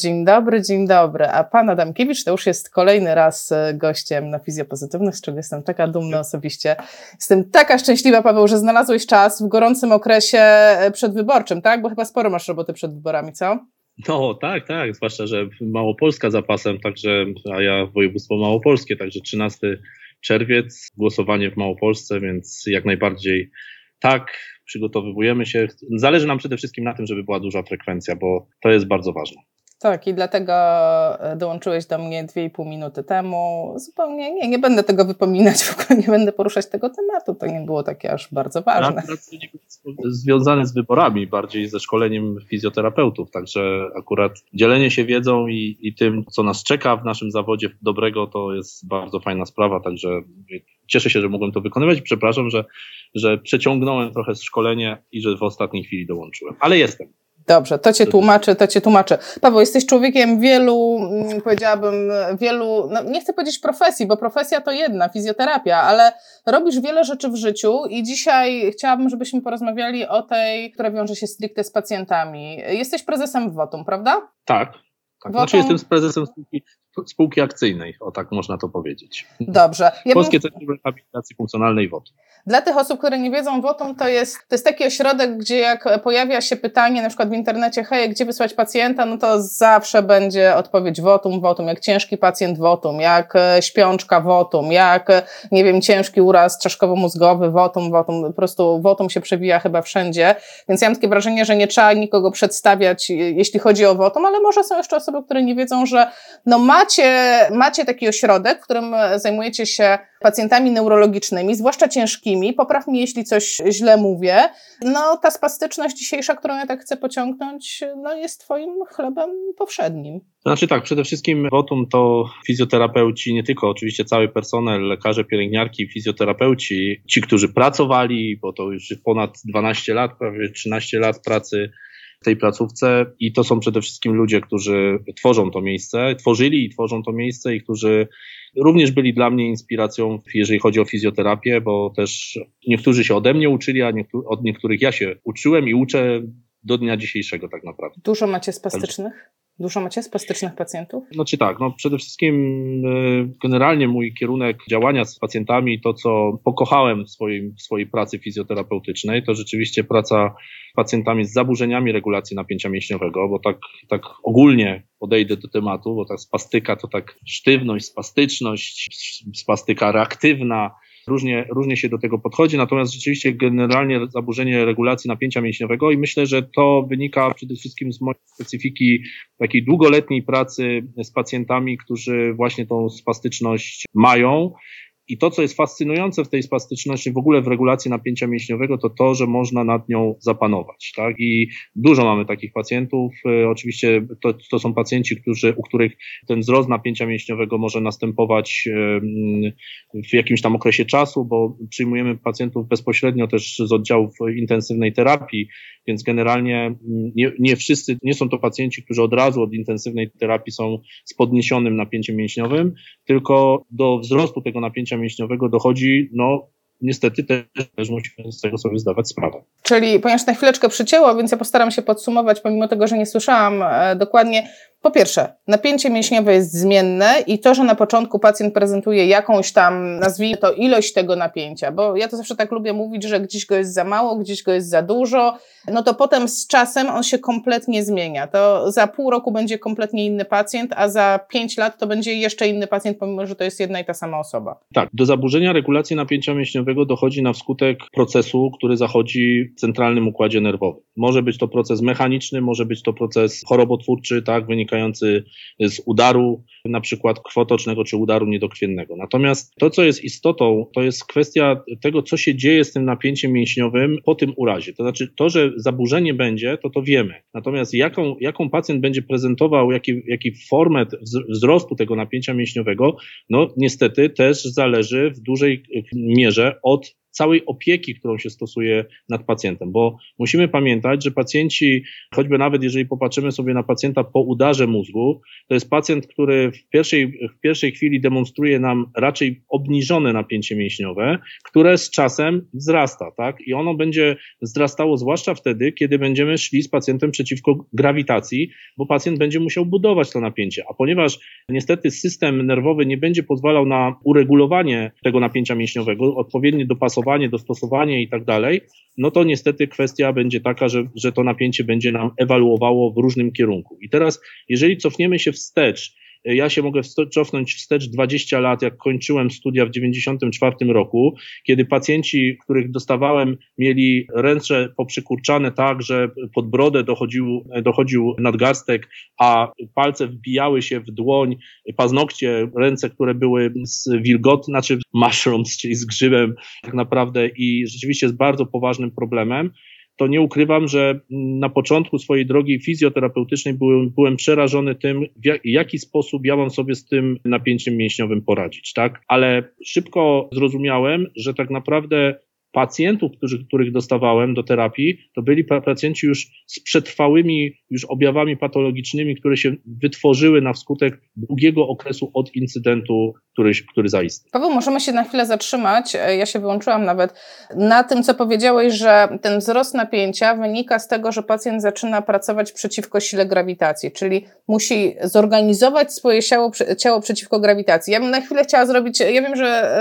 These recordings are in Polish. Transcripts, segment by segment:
Dzień dobry. A pan Adamkiewicz to już jest kolejny raz gościem na Fizjopozytywnych, z czego jestem taka dumna osobiście. Jestem taka szczęśliwa, Paweł, że znalazłeś czas w gorącym okresie przedwyborczym, tak? Bo chyba sporo masz roboty przed wyborami, co? No tak, zwłaszcza, że Małopolska za pasem, także, a ja województwo małopolskie, także 13 czerwiec, głosowanie w Małopolsce, więc jak najbardziej tak, przygotowujemy się. Zależy nam przede wszystkim na tym, żeby była duża frekwencja, bo to jest bardzo ważne. Tak, i dlatego dołączyłeś do mnie 2,5 minuty temu. Zupełnie nie będę tego wypominać, w ogóle nie będę poruszać tego tematu, to nie było takie aż bardzo ważne. Związane z wyborami, bardziej ze szkoleniem fizjoterapeutów, także akurat dzielenie się wiedzą i tym, co nas czeka w naszym zawodzie dobrego, to jest bardzo fajna sprawa, także cieszę się, że mogłem to wykonywać. Przepraszam, że przeciągnąłem trochę szkolenie i że w ostatniej chwili dołączyłem, ale jestem. Dobrze, to cię tłumaczy. Paweł, jesteś człowiekiem wielu, powiedziałabym, no nie chcę powiedzieć profesji, bo profesja to jedna, fizjoterapia, ale robisz wiele rzeczy w życiu i dzisiaj chciałabym, żebyśmy porozmawiali o tej, która wiąże się stricte z pacjentami. Jesteś prezesem w Wotum, prawda? Tak. Znaczy jestem prezesem spółki akcyjnej, o tak można to powiedzieć. Dobrze. Polskie Centrum Rehabilitacji Funkcjonalnej Wotum. Dla tych osób, które nie wiedzą, Wotum to jest taki ośrodek, gdzie jak pojawia się pytanie na przykład w internecie, hej, gdzie wysłać pacjenta, no to zawsze będzie odpowiedź Wotum, jak ciężki pacjent Wotum, jak śpiączka Wotum, jak, nie wiem, ciężki uraz trzeszkowo-mózgowy Wotum, po prostu Wotum się przewija chyba wszędzie, więc ja mam takie wrażenie, że nie trzeba nikogo przedstawiać, jeśli chodzi o Wotum, ale może są jeszcze osoby, które nie wiedzą, że no macie taki ośrodek, w którym zajmujecie się pacjentami neurologicznymi, zwłaszcza ciężkimi. Popraw mnie, jeśli coś źle mówię. No, ta spastyczność dzisiejsza, którą ja tak chcę pociągnąć, no jest twoim chlebem powszednim. Znaczy tak, przede wszystkim Wotum to fizjoterapeuci, nie tylko oczywiście cały personel, lekarze, pielęgniarki, fizjoterapeuci, ci, którzy pracowali, bo to już ponad 12 lat, prawie 13 lat pracy w tej placówce i to są przede wszystkim ludzie, którzy tworzą to miejsce, tworzyli i tworzą to miejsce i którzy również byli dla mnie inspiracją, jeżeli chodzi o fizjoterapię, bo też niektórzy się ode mnie uczyli, a od niektórych ja się uczyłem i uczę do dnia dzisiejszego tak naprawdę. Dużo macie spastycznych? Dużo macie spastycznych pacjentów? Znaczy tak, przede wszystkim generalnie mój kierunek działania z pacjentami, to co pokochałem w swojej pracy fizjoterapeutycznej, to rzeczywiście praca z pacjentami z zaburzeniami regulacji napięcia mięśniowego, bo tak ogólnie podejdę do tematu, bo ta spastyka to tak sztywność, spastyczność, spastyka reaktywna, różnie się do tego podchodzi, natomiast rzeczywiście generalnie zaburzenie regulacji napięcia mięśniowego i myślę, że to wynika przede wszystkim z mojej specyfiki takiej długoletniej pracy z pacjentami, którzy właśnie tą spastyczność mają. I to, co jest fascynujące w tej spastyczności, w ogóle w regulacji napięcia mięśniowego, to to, że można nad nią zapanować, tak? I dużo mamy takich pacjentów. Oczywiście to są pacjenci, u których ten wzrost napięcia mięśniowego może następować w jakimś tam okresie czasu, bo przyjmujemy pacjentów bezpośrednio też z oddziałów intensywnej terapii, więc generalnie nie wszyscy, nie są to pacjenci, którzy od razu od intensywnej terapii są z podniesionym napięciem mięśniowym, tylko do wzrostu tego napięcia mięśniowego dochodzi, niestety też musimy z tego sobie zdawać sprawę. Czyli, ponieważ na chwileczkę przycięło, więc ja postaram się podsumować, pomimo tego, że nie słyszałam dokładnie. Po pierwsze, napięcie mięśniowe jest zmienne i to, że na początku pacjent prezentuje jakąś tam, nazwijmy to, ilość tego napięcia, bo ja to zawsze tak lubię mówić, że gdzieś go jest za mało, gdzieś go jest za dużo, no to potem z czasem on się kompletnie zmienia. To za pół roku będzie kompletnie inny pacjent, a za 5 lat to będzie jeszcze inny pacjent, pomimo że to jest jedna i ta sama osoba. Tak, do zaburzenia regulacji napięcia mięśniowego dochodzi na wskutek procesu, który zachodzi w centralnym układzie nerwowym. Może być to proces mechaniczny, może być to proces chorobotwórczy, tak, wynikający z udaru, na przykład krwotocznego czy udaru niedokrwiennego. Natomiast to, co jest istotą, to jest kwestia tego, co się dzieje z tym napięciem mięśniowym po tym urazie. To znaczy to, że zaburzenie będzie, to wiemy. Natomiast jaką pacjent będzie prezentował, jaki format wzrostu tego napięcia mięśniowego, niestety też zależy w dużej mierze od całej opieki, którą się stosuje nad pacjentem, bo musimy pamiętać, że pacjenci, choćby nawet jeżeli popatrzymy sobie na pacjenta po udarze mózgu, to jest pacjent, który w pierwszej chwili demonstruje nam raczej obniżone napięcie mięśniowe, które z czasem wzrasta, tak? I ono będzie wzrastało zwłaszcza wtedy, kiedy będziemy szli z pacjentem przeciwko grawitacji, bo pacjent będzie musiał budować to napięcie, a ponieważ niestety system nerwowy nie będzie pozwalał na uregulowanie tego napięcia mięśniowego, odpowiednie dopasowanie, dostosowanie i tak dalej, no to niestety kwestia będzie taka, że to napięcie będzie nam ewaluowało w różnym kierunku. I teraz, jeżeli cofniemy się wstecz, ja się mogę cofnąć wstecz 20 lat, jak kończyłem studia w 94 roku, kiedy pacjenci, których dostawałem, mieli ręce poprzykurczane tak, że pod brodę dochodził nadgarstek, a palce wbijały się w dłoń, paznokcie, ręce, które były wilgotne, znaczy mushrooms, czyli z grzybem tak naprawdę i rzeczywiście z bardzo poważnym problemem. To nie ukrywam, że na początku swojej drogi fizjoterapeutycznej byłem przerażony tym, w jaki sposób ja mam sobie z tym napięciem mięśniowym poradzić, tak? Ale szybko zrozumiałem, że tak naprawdę pacjentów, których dostawałem do terapii, to byli pacjenci już z przetrwałymi już objawami patologicznymi, które się wytworzyły na skutek długiego okresu od incydentu, który zaistniał. Paweł, możemy się na chwilę zatrzymać, ja się wyłączyłam nawet, na tym, co powiedziałeś, że ten wzrost napięcia wynika z tego, że pacjent zaczyna pracować przeciwko sile grawitacji, czyli musi zorganizować swoje ciało przeciwko grawitacji. Ja bym na chwilę chciała zrobić, ja wiem, że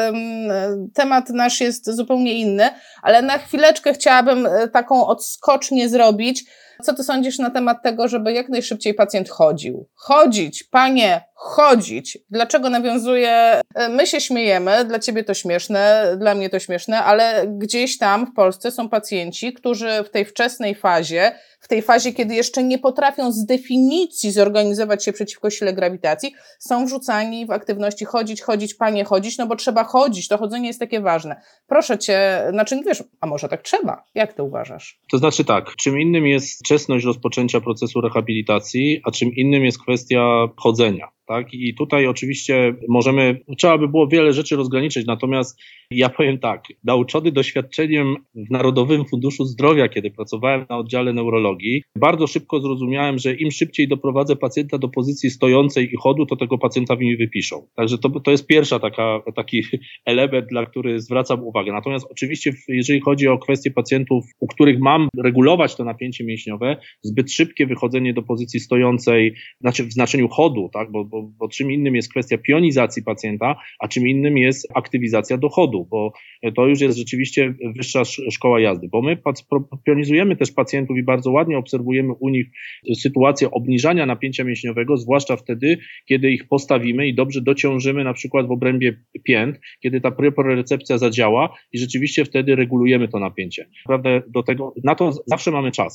temat nasz jest zupełnie inny, ale na chwileczkę chciałabym taką odskocznię zrobić. Co ty sądzisz na temat tego, żeby jak najszybciej pacjent chodził? Chodzić, panie, chodzić. Dlaczego nawiązuję? My się śmiejemy, dla ciebie to śmieszne, dla mnie to śmieszne, ale gdzieś tam w Polsce są pacjenci, którzy w tej wczesnej fazie, w tej fazie, kiedy jeszcze nie potrafią z definicji zorganizować się przeciwko sile grawitacji, są wrzucani w aktywności chodzić, panie, chodzić, no bo trzeba chodzić, to chodzenie jest takie ważne. Proszę cię, znaczy nie wiesz, a może tak trzeba? Jak ty uważasz? To znaczy tak, czym innym jest wczesność rozpoczęcia procesu rehabilitacji, a czym innym jest kwestia chodzenia. Tak? I tutaj oczywiście trzeba by było wiele rzeczy rozgraniczyć, natomiast ja powiem tak, nauczony doświadczeniem w Narodowym Funduszu Zdrowia, kiedy pracowałem na oddziale neurologii, bardzo szybko zrozumiałem, że im szybciej doprowadzę pacjenta do pozycji stojącej i chodu, to tego pacjenta mi wypiszą. Także to jest pierwsza taki element, dla który zwracam uwagę. Natomiast oczywiście, jeżeli chodzi o kwestie pacjentów, u których mam regulować to napięcie mięśniowe, zbyt szybkie wychodzenie do pozycji stojącej, znaczy w znaczeniu chodu, tak, bo czym innym jest kwestia pionizacji pacjenta, a czym innym jest aktywizacja do chodu, bo to już jest rzeczywiście wyższa szkoła jazdy, bo my pionizujemy też pacjentów i bardzo ładnie obserwujemy u nich sytuację obniżania napięcia mięśniowego, zwłaszcza wtedy, kiedy ich postawimy i dobrze dociążymy na przykład w obrębie pięt, kiedy ta propriocepcja zadziała i rzeczywiście wtedy regulujemy to napięcie. Naprawdę na to zawsze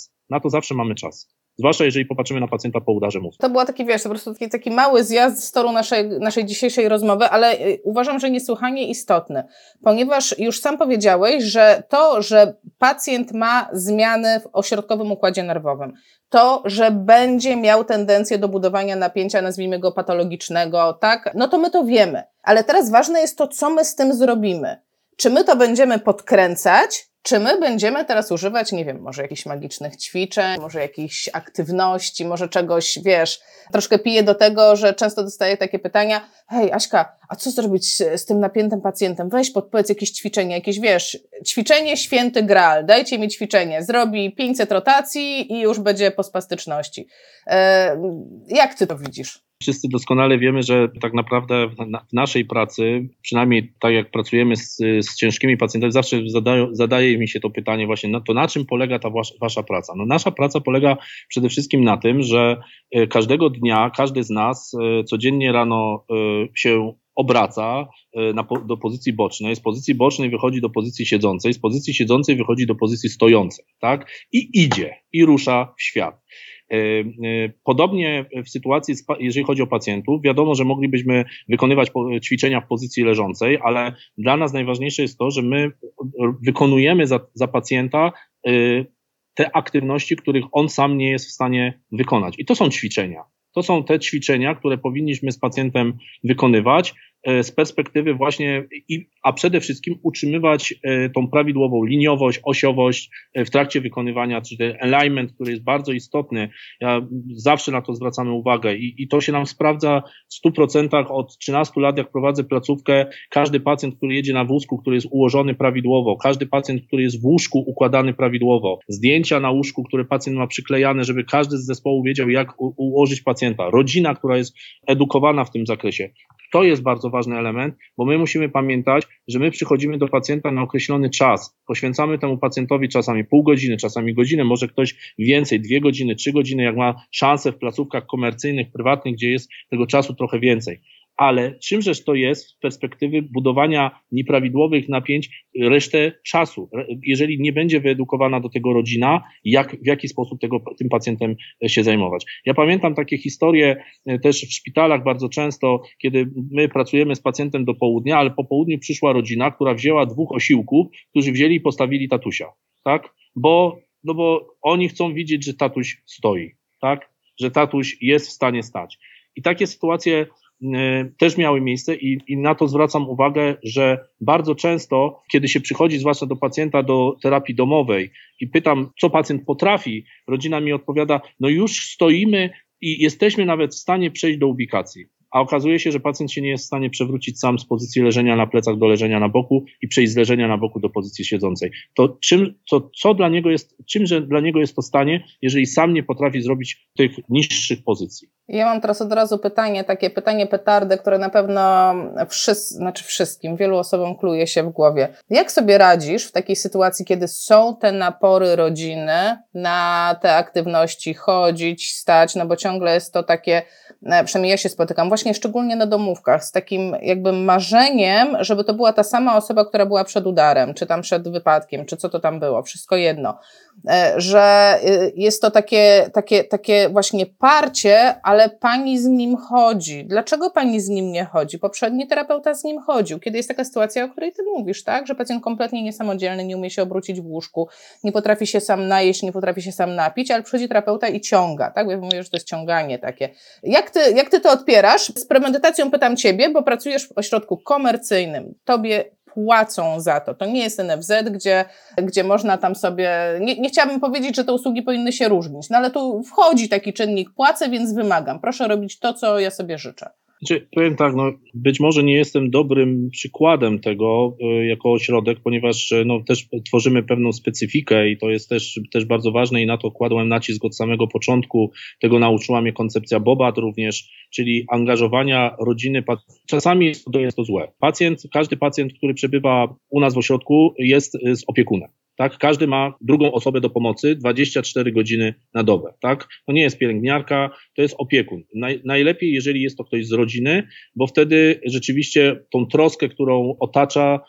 mamy czas. Zwłaszcza jeżeli popatrzymy na pacjenta po udarze mózgu. To była po prostu taki mały zjazd z toru naszej dzisiejszej rozmowy, ale uważam, że niesłychanie istotny, ponieważ już sam powiedziałeś, że to, że pacjent ma zmiany w ośrodkowym układzie nerwowym, to, że będzie miał tendencję do budowania napięcia, nazwijmy go patologicznego, tak? No to my to wiemy. Ale teraz ważne jest to, co my z tym zrobimy. Czy my to będziemy podkręcać, czy my będziemy teraz używać, nie wiem, może jakichś magicznych ćwiczeń, może jakichś aktywności, może czegoś, wiesz, troszkę piję do tego, że często dostaję takie pytania, hej Aśka, a co zrobić z tym napiętym pacjentem? Weź podpowiedz jakieś ćwiczenie, ćwiczenie święty graal, dajcie mi ćwiczenie, zrobi 500 rotacji i już będzie po spastyczności. Jak ty to widzisz? Wszyscy doskonale wiemy, że tak naprawdę w naszej pracy, przynajmniej tak jak pracujemy z ciężkimi pacjentami, zawsze zadaje mi się to pytanie właśnie, to na czym polega ta wasza praca? No nasza praca polega przede wszystkim na tym, że każdego dnia, każdy z nas codziennie rano się obraca do pozycji bocznej, z pozycji bocznej wychodzi do pozycji siedzącej, z pozycji siedzącej wychodzi do pozycji stojącej, tak? I idzie, i rusza w świat. Podobnie w sytuacji, jeżeli chodzi o pacjentów, wiadomo, że moglibyśmy wykonywać ćwiczenia w pozycji leżącej, ale dla nas najważniejsze jest to, że my wykonujemy za pacjenta te aktywności, których on sam nie jest w stanie wykonać. I to są ćwiczenia. To są te ćwiczenia, które powinniśmy z pacjentem wykonywać z perspektywy właśnie, a przede wszystkim utrzymywać tą prawidłową liniowość, osiowość w trakcie wykonywania, czy ten alignment, który jest bardzo istotny. Ja zawsze na to zwracamy uwagę i to się nam sprawdza w 100% od 13 lat, jak prowadzę placówkę. Każdy pacjent, który jedzie na wózku, który jest ułożony prawidłowo, każdy pacjent, który jest w łóżku układany prawidłowo, zdjęcia na łóżku, które pacjent ma przyklejane, żeby każdy z zespołu wiedział, jak ułożyć pacjenta, rodzina, która jest edukowana w tym zakresie. To jest bardzo ważny element, bo my musimy pamiętać, że my przychodzimy do pacjenta na określony czas, poświęcamy temu pacjentowi czasami pół godziny, czasami godzinę, może ktoś więcej, 2 godziny, 3 godziny, jak ma szansę w placówkach komercyjnych, prywatnych, gdzie jest tego czasu trochę więcej. Ale czymżeż to jest z perspektywy budowania nieprawidłowych napięć resztę czasu? Jeżeli nie będzie wyedukowana do tego rodzina, w jaki sposób tym pacjentem się zajmować? Ja pamiętam takie historie też w szpitalach bardzo często, kiedy my pracujemy z pacjentem do południa, ale po południu przyszła rodzina, która wzięła 2 osiłków, którzy wzięli i postawili tatusia, tak? Bo oni chcą widzieć, że tatuś stoi, tak? Że tatuś jest w stanie stać. I takie sytuacje też miały miejsce i na to zwracam uwagę, że bardzo często, kiedy się przychodzi zwłaszcza do pacjenta do terapii domowej i pytam, co pacjent potrafi, rodzina mi odpowiada, no już stoimy i jesteśmy nawet w stanie przejść do ubikacji. A okazuje się, że pacjent się nie jest w stanie przewrócić sam z pozycji leżenia na plecach do leżenia na boku i przejść z leżenia na boku do pozycji siedzącej. To czymże dla niego jest to stanie, jeżeli sam nie potrafi zrobić tych niższych pozycji? Ja mam teraz od razu takie pytanie petardy, które na pewno wszystkim, wielu osobom kluje się w głowie. Jak sobie radzisz w takiej sytuacji, kiedy są te napory rodziny na te aktywności, chodzić, stać, no bo ciągle jest to takie, przynajmniej ja się spotykam, właśnie szczególnie na domówkach, z takim jakby marzeniem, żeby to była ta sama osoba, która była przed udarem, czy tam przed wypadkiem, czy co to tam było, wszystko jedno. Że jest to takie właśnie parcie, ale pani z nim chodzi. Dlaczego pani z nim nie chodzi? Poprzedni terapeuta z nim chodził. Kiedy jest taka sytuacja, o której ty mówisz, tak? Że pacjent kompletnie niesamodzielny, nie umie się obrócić w łóżku, nie potrafi się sam najeść, nie potrafi się sam napić, ale przychodzi terapeuta i ciąga, tak? Bo ja mówię, że to jest ciąganie takie. Jak ty to odpierasz? Z premedytacją pytam ciebie, bo pracujesz w ośrodku komercyjnym. Tobie płacą za to. To nie jest NFZ, gdzie można tam sobie... Nie chciałabym powiedzieć, że te usługi powinny się różnić, no ale tu wchodzi taki czynnik płacę, więc wymagam. Proszę robić to, co ja sobie życzę. Powiem tak, być może nie jestem dobrym przykładem tego jako ośrodek, ponieważ też tworzymy pewną specyfikę i to jest też bardzo ważne i na to kładłem nacisk od samego początku. Tego nauczyła mnie koncepcja BOBAT również, czyli angażowania rodziny. Czasami jest to złe. Każdy pacjent, który przebywa u nas w ośrodku, jest z opiekunem. Tak, każdy ma drugą osobę do pomocy 24 godziny na dobę, tak? To nie jest pielęgniarka, to jest opiekun. Najlepiej, jeżeli jest to ktoś z rodziny, bo wtedy rzeczywiście tą troskę, którą otacza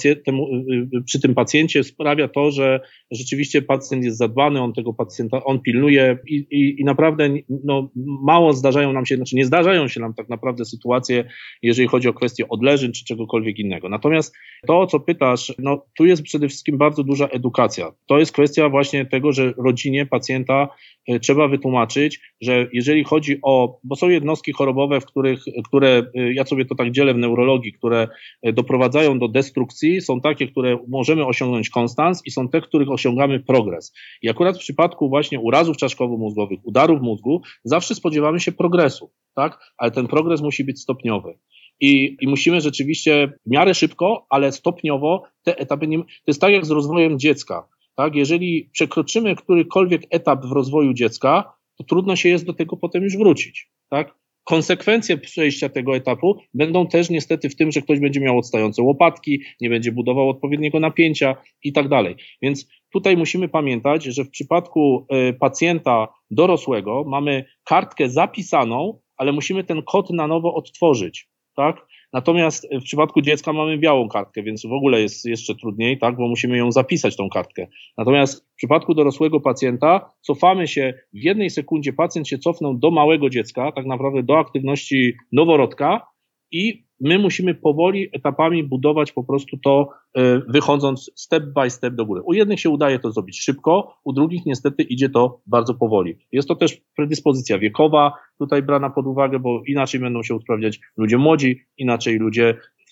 przy tym pacjencie sprawia to, że rzeczywiście pacjent jest zadbany, on tego pacjenta, on pilnuje i naprawdę mało zdarzają nam się, nie zdarzają się nam tak naprawdę sytuacje, jeżeli chodzi o kwestie odleżeń czy czegokolwiek innego. Natomiast to, o co pytasz, tu jest przede wszystkim bardzo duża edukacja. To jest kwestia właśnie tego, że rodzinie pacjenta trzeba wytłumaczyć, że jeżeli chodzi bo są jednostki chorobowe, które ja sobie to tak dzielę w neurologii, które doprowadzają do destrukcji, są takie, które możemy osiągnąć konstans i są te, których osiągamy progres. I akurat w przypadku właśnie urazów czaszkowo-mózgowych, udarów mózgu, zawsze spodziewamy się progresu, tak? Ale ten progres musi być stopniowy. I musimy rzeczywiście w miarę szybko, ale stopniowo te etapy, to jest tak jak z rozwojem dziecka, tak? Jeżeli przekroczymy którykolwiek etap w rozwoju dziecka, to trudno się jest do tego potem już wrócić, tak? Konsekwencje przejścia tego etapu będą też niestety w tym, że ktoś będzie miał odstające łopatki, nie będzie budował odpowiedniego napięcia i tak dalej. Więc tutaj musimy pamiętać, że w przypadku pacjenta dorosłego mamy kartkę zapisaną, ale musimy ten kod na nowo odtworzyć. Tak? Natomiast w przypadku dziecka mamy białą kartkę, więc w ogóle jest jeszcze trudniej, tak? Bo musimy ją zapisać, tą kartkę. Natomiast w przypadku dorosłego pacjenta cofamy się w 1 sekundzie, pacjent się cofnął do małego dziecka, tak naprawdę do aktywności noworodka i my musimy powoli etapami budować po prostu to, wychodząc step by step do góry. U jednych się udaje to zrobić szybko, u drugich niestety idzie to bardzo powoli. Jest to też predyspozycja wiekowa tutaj brana pod uwagę, bo inaczej będą się usprawniać ludzie młodzi, inaczej ludzie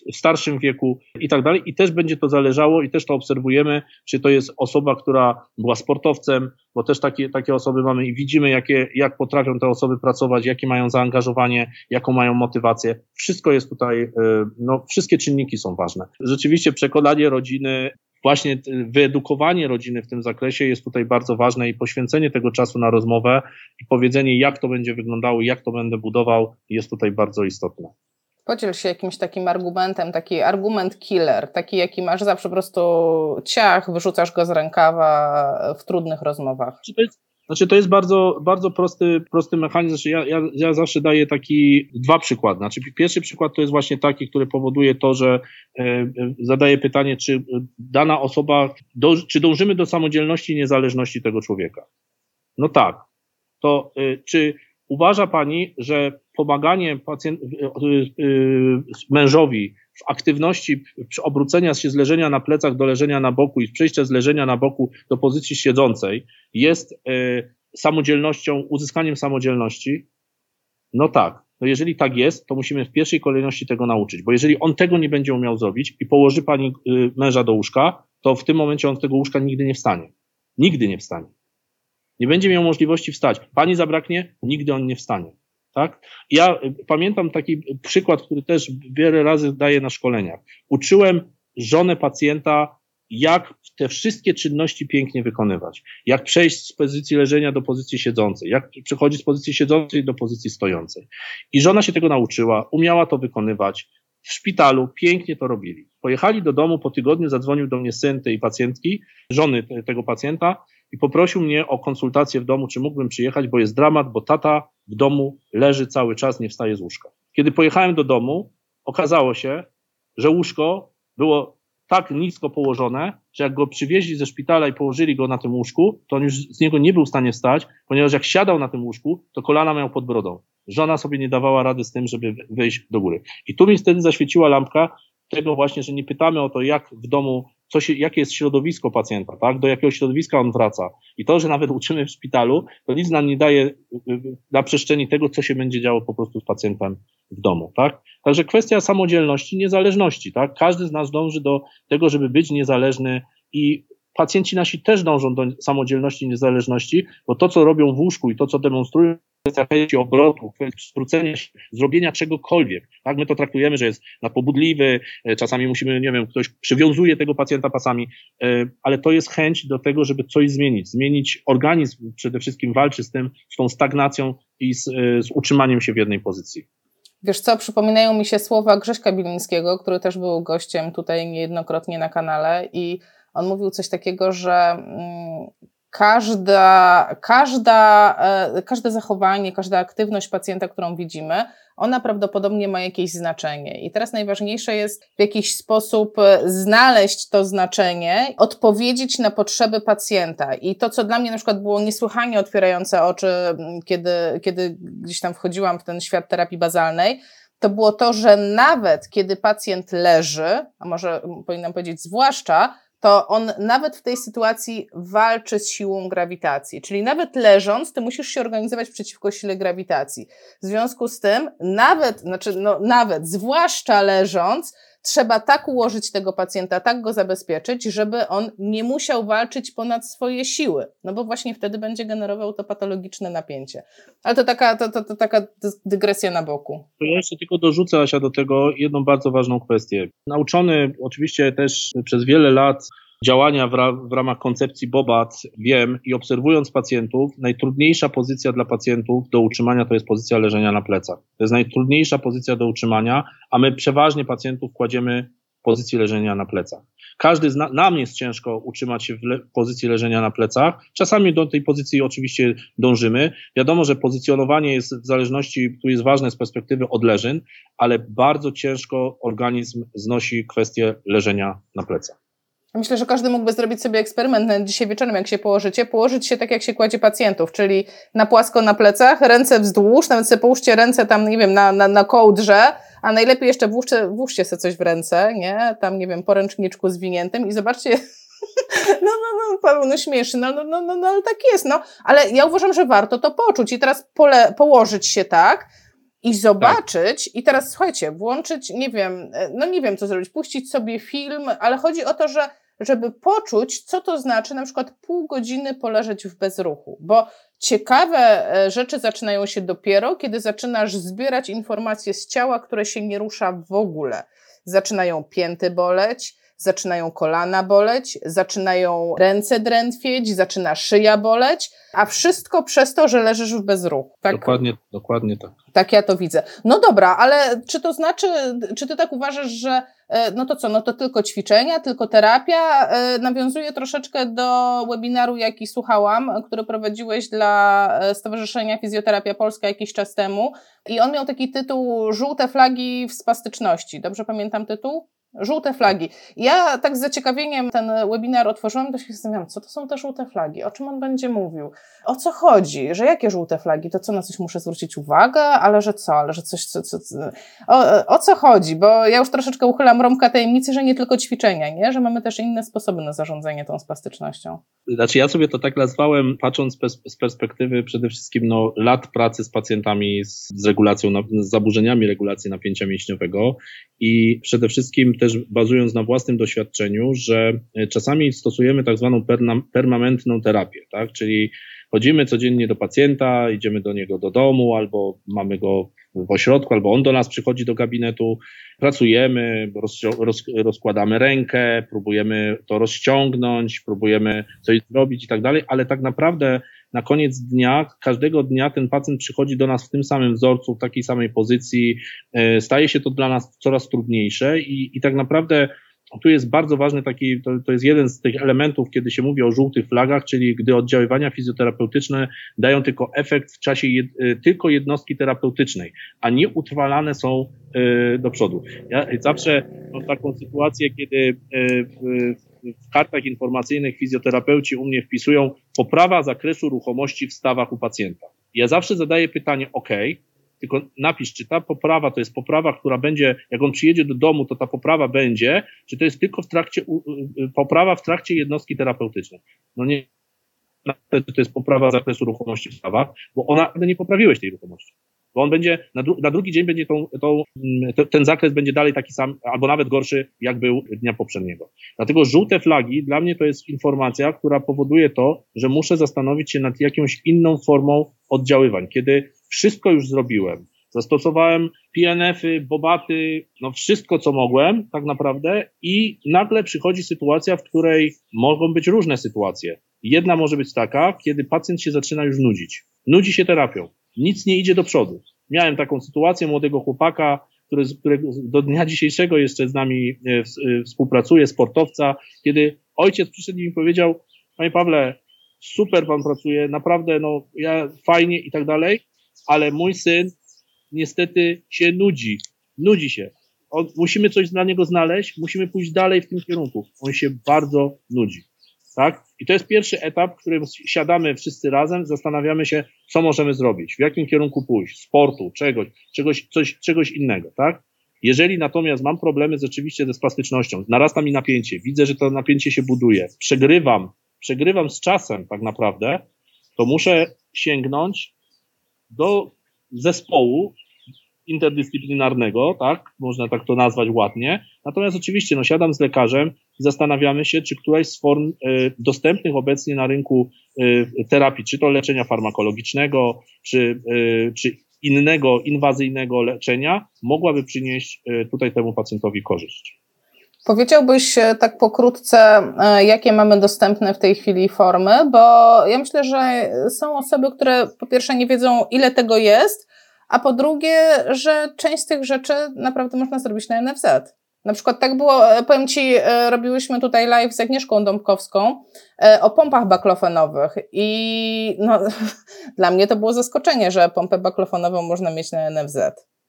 w starszym wieku i tak dalej. I też będzie to zależało i też to obserwujemy, czy to jest osoba, która była sportowcem, bo też takie osoby mamy i widzimy, jak potrafią te osoby pracować, jakie mają zaangażowanie, jaką mają motywację. Wszystko jest tutaj, wszystkie czynniki są ważne. Rzeczywiście przekonanie rodziny, właśnie wyedukowanie rodziny w tym zakresie jest tutaj bardzo ważne i poświęcenie tego czasu na rozmowę i powiedzenie, jak to będzie wyglądało, jak to będę budował, jest tutaj bardzo istotne. Podziel się jakimś takim argumentem, taki argument killer, taki jaki masz zawsze po prostu ciach, wyrzucasz go z rękawa w trudnych rozmowach. To jest bardzo, bardzo prosty mechanizm. Ja zawsze daję dwa przykłady. Pierwszy przykład to jest właśnie taki, który powoduje to, że zadaję pytanie, czy dana osoba, czy dążymy do samodzielności i niezależności tego człowieka. No tak. To czy uważa pani, że pomaganie mężowi w aktywności obrócenia się z leżenia na plecach do leżenia na boku i przejścia z leżenia na boku do pozycji siedzącej jest samodzielnością, uzyskaniem samodzielności? No tak. No jeżeli tak jest, to musimy w pierwszej kolejności tego nauczyć, bo jeżeli on tego nie będzie umiał zrobić i położy pani męża do łóżka, to w tym momencie on z tego łóżka nigdy nie wstanie. Nigdy nie wstanie. Nie będzie miał możliwości wstać. Pani zabraknie, nigdy on nie wstanie. Tak? Ja pamiętam taki przykład, który też wiele razy daję na szkoleniach. Uczyłem żonę pacjenta, jak te wszystkie czynności pięknie wykonywać. Jak przejść z pozycji leżenia do pozycji siedzącej. Jak przechodzić z pozycji siedzącej do pozycji stojącej. I żona się tego nauczyła, umiała to wykonywać. W szpitalu pięknie to robili. Pojechali do domu, po tygodniu zadzwonił do mnie syn tej pacjentki, żony tego pacjenta i poprosił mnie o konsultację w domu, czy mógłbym przyjechać, bo jest dramat, bo tata w domu leży cały czas, nie wstaje z łóżka. Kiedy pojechałem do domu, okazało się, że łóżko było tak nisko położone, że jak go przywieźli ze szpitala i położyli go na tym łóżku, to on już z niego nie był w stanie wstać, ponieważ jak siadał na tym łóżku, to kolana miał pod brodą. Żona sobie nie dawała rady z tym, żeby wyjść do góry. I tu mi wtedy zaświeciła lampka tego właśnie, że nie pytamy o to, jak w domu, jakie jest środowisko pacjenta, tak? Do jakiego środowiska on wraca. I to, że nawet uczymy w szpitalu, to nic nam nie daje na przestrzeni tego, co się będzie działo po prostu z pacjentem w domu, tak? Także kwestia samodzielności, niezależności, tak? Każdy z nas dąży do tego, żeby być niezależny i pacjenci nasi też dążą do samodzielności i niezależności, bo to, co robią w łóżku i to, co demonstrują, kwestia chęci obrotu, skrócenia się, zrobienia czegokolwiek. Tak, my to traktujemy, że jest nadpobudliwy, czasami musimy, nie wiem, ktoś przywiązuje tego pacjenta pasami, ale to jest chęć do tego, żeby coś zmienić organizm, przede wszystkim walczy z tą stagnacją i z utrzymaniem się w jednej pozycji. Wiesz co, przypominają mi się słowa Grześka Bilińskiego, który też był gościem tutaj niejednokrotnie na kanale i on mówił coś takiego, że każde zachowanie, każda aktywność pacjenta, którą widzimy, ona prawdopodobnie ma jakieś znaczenie. I teraz najważniejsze jest w jakiś sposób znaleźć to znaczenie, odpowiedzieć na potrzeby pacjenta. I to, co dla mnie na przykład było niesłychanie otwierające oczy, kiedy gdzieś tam wchodziłam w ten świat terapii bazalnej, to było to, że nawet kiedy pacjent leży, a może powinnam powiedzieć zwłaszcza, to on nawet w tej sytuacji walczy z siłą grawitacji. Czyli nawet leżąc, ty musisz się organizować przeciwko sile grawitacji. W związku z tym, zwłaszcza leżąc, trzeba tak ułożyć tego pacjenta, tak go zabezpieczyć, żeby on nie musiał walczyć ponad swoje siły. No bo właśnie wtedy będzie generował to patologiczne napięcie. Ale to taka dygresja na boku. To ja jeszcze tylko dorzucę, Asia, do tego jedną bardzo ważną kwestię. Nauczony oczywiście też przez wiele lat działania w ramach koncepcji BOBAT wiem i obserwując pacjentów, najtrudniejsza pozycja dla pacjentów do utrzymania to jest pozycja leżenia na plecach. To jest najtrudniejsza pozycja do utrzymania, a my przeważnie pacjentów kładziemy w pozycji leżenia na plecach. Nam jest ciężko utrzymać się w pozycji leżenia na plecach. Czasami do tej pozycji oczywiście dążymy. Wiadomo, że pozycjonowanie jest w zależności, tu jest ważne z perspektywy odleżyn, ale bardzo ciężko organizm znosi kwestię leżenia na plecach. Myślę, że każdy mógłby zrobić sobie eksperyment nawet dzisiaj wieczorem, jak się położycie, położyć się tak, jak się kładzie pacjentów, czyli na płasko na plecach, ręce wzdłuż, nawet sobie połóżcie ręce tam, nie wiem, na kołdrze, a najlepiej jeszcze włóżcie sobie coś w ręce, nie, tam, nie wiem, po ręczniczku zwiniętym i zobaczcie, Paweł, śmiesz, ale tak jest, ale ja uważam, że warto to poczuć i teraz położyć się tak, i zobaczyć, i teraz słuchajcie, włączyć, nie wiem co zrobić, puścić sobie film, ale chodzi o to, żeby poczuć, co to znaczy na przykład pół godziny poleżeć w bezruchu, bo ciekawe rzeczy zaczynają się dopiero, kiedy zaczynasz zbierać informacje z ciała, które się nie rusza w ogóle. Zaczynają pięty boleć, zaczynają kolana boleć, zaczynają ręce drętwieć, zaczyna szyja boleć, a wszystko przez to, że leżysz w bezruchu. Tak? Dokładnie tak. Tak ja to widzę. No dobra, ale czy to znaczy, czy ty tak uważasz, że no to tylko ćwiczenia, tylko terapia? Nawiązuję troszeczkę do webinaru, jaki słuchałam, który prowadziłeś dla Stowarzyszenia Fizjoterapia Polska jakiś czas temu i on miał taki tytuł Żółte flagi w spastyczności. Dobrze pamiętam tytuł? Żółte flagi. Ja tak z zaciekawieniem ten webinar otworzyłam, to się zastanawiam, co to są te żółte flagi, o czym on będzie mówił, o co chodzi, że jakie żółte flagi, to co, na coś muszę zwrócić uwagę, ale że coś, o co chodzi, bo ja już troszeczkę uchylam rąbka tajemnicy, że nie tylko ćwiczenia, nie, że mamy też inne sposoby na zarządzanie tą spastycznością. Znaczy ja sobie to tak nazwałem, patrząc z perspektywy przede wszystkim lat pracy z pacjentami z regulacją, z zaburzeniami regulacji napięcia mięśniowego i przede wszystkim też bazując na własnym doświadczeniu, że czasami stosujemy tak zwaną permanentną terapię, tak? Czyli chodzimy codziennie do pacjenta, idziemy do niego do domu, albo mamy go w ośrodku, albo on do nas przychodzi do gabinetu, pracujemy, rozkładamy rękę, próbujemy to rozciągnąć, próbujemy coś zrobić i tak dalej, ale tak naprawdę na koniec dnia, każdego dnia ten pacjent przychodzi do nas w tym samym wzorcu, w takiej samej pozycji, staje się to dla nas coraz trudniejsze i tak naprawdę tu jest bardzo ważny to jest jeden z tych elementów, kiedy się mówi o żółtych flagach, czyli gdy oddziaływania fizjoterapeutyczne dają tylko efekt w czasie tylko jednostki terapeutycznej, a nie utrwalane są do przodu. Ja zawsze mam taką sytuację, kiedy w kartach informacyjnych fizjoterapeuci u mnie wpisują poprawa zakresu ruchomości w stawach u pacjenta. Ja zawsze zadaję pytanie, tylko napisz, czy ta poprawa to jest poprawa, która będzie, jak on przyjedzie do domu, to ta poprawa będzie, czy to jest tylko poprawa w trakcie jednostki terapeutycznej. No nie, to jest poprawa zakresu ruchomości w stawach, bo nie poprawiłeś tej ruchomości. Bo on będzie, na drugi dzień będzie ten zakres będzie dalej taki sam, albo nawet gorszy, jak był dnia poprzedniego. Dlatego żółte flagi dla mnie to jest informacja, która powoduje to, że muszę zastanowić się nad jakąś inną formą oddziaływań. Kiedy wszystko już zrobiłem, zastosowałem PNF-y, bobaty, wszystko co mogłem tak naprawdę i nagle przychodzi sytuacja, w której mogą być różne sytuacje. Jedna może być taka, kiedy pacjent się zaczyna już nudzić. Nudzi się terapią. Nic nie idzie do przodu. Miałem taką sytuację młodego chłopaka, który do dnia dzisiejszego jeszcze z nami współpracuje, sportowca, kiedy ojciec przyszedł i mi powiedział: Panie Pawle, super pan pracuje, naprawdę, ja fajnie i tak dalej, ale mój syn niestety się nudzi się. Musimy coś dla niego znaleźć, musimy pójść dalej w tym kierunku. On się bardzo nudzi. Tak? I to jest pierwszy etap, w którym siadamy wszyscy razem, zastanawiamy się, co możemy zrobić, w jakim kierunku pójść, sportu, czegoś innego, tak? Jeżeli natomiast mam problemy rzeczywiście ze spastycznością, narasta mi napięcie, widzę, że to napięcie się buduje, przegrywam z czasem tak naprawdę, to muszę sięgnąć do zespołu interdyscyplinarnego, tak? Można tak to nazwać ładnie. Natomiast oczywiście, siadam z lekarzem i zastanawiamy się, czy któraś z form dostępnych obecnie na rynku terapii, czy to leczenia farmakologicznego, czy innego, inwazyjnego leczenia, mogłaby przynieść tutaj temu pacjentowi korzyść. Powiedziałbyś tak pokrótce, jakie mamy dostępne w tej chwili formy, bo ja myślę, że są osoby, które po pierwsze nie wiedzą, ile tego jest, a po drugie, że część z tych rzeczy naprawdę można zrobić na NFZ. Na przykład tak było, powiem Ci, robiłyśmy tutaj live z Agnieszką Dąbkowską o pompach baklofenowych i dla mnie to było zaskoczenie, że pompę baklofenową można mieć na NFZ.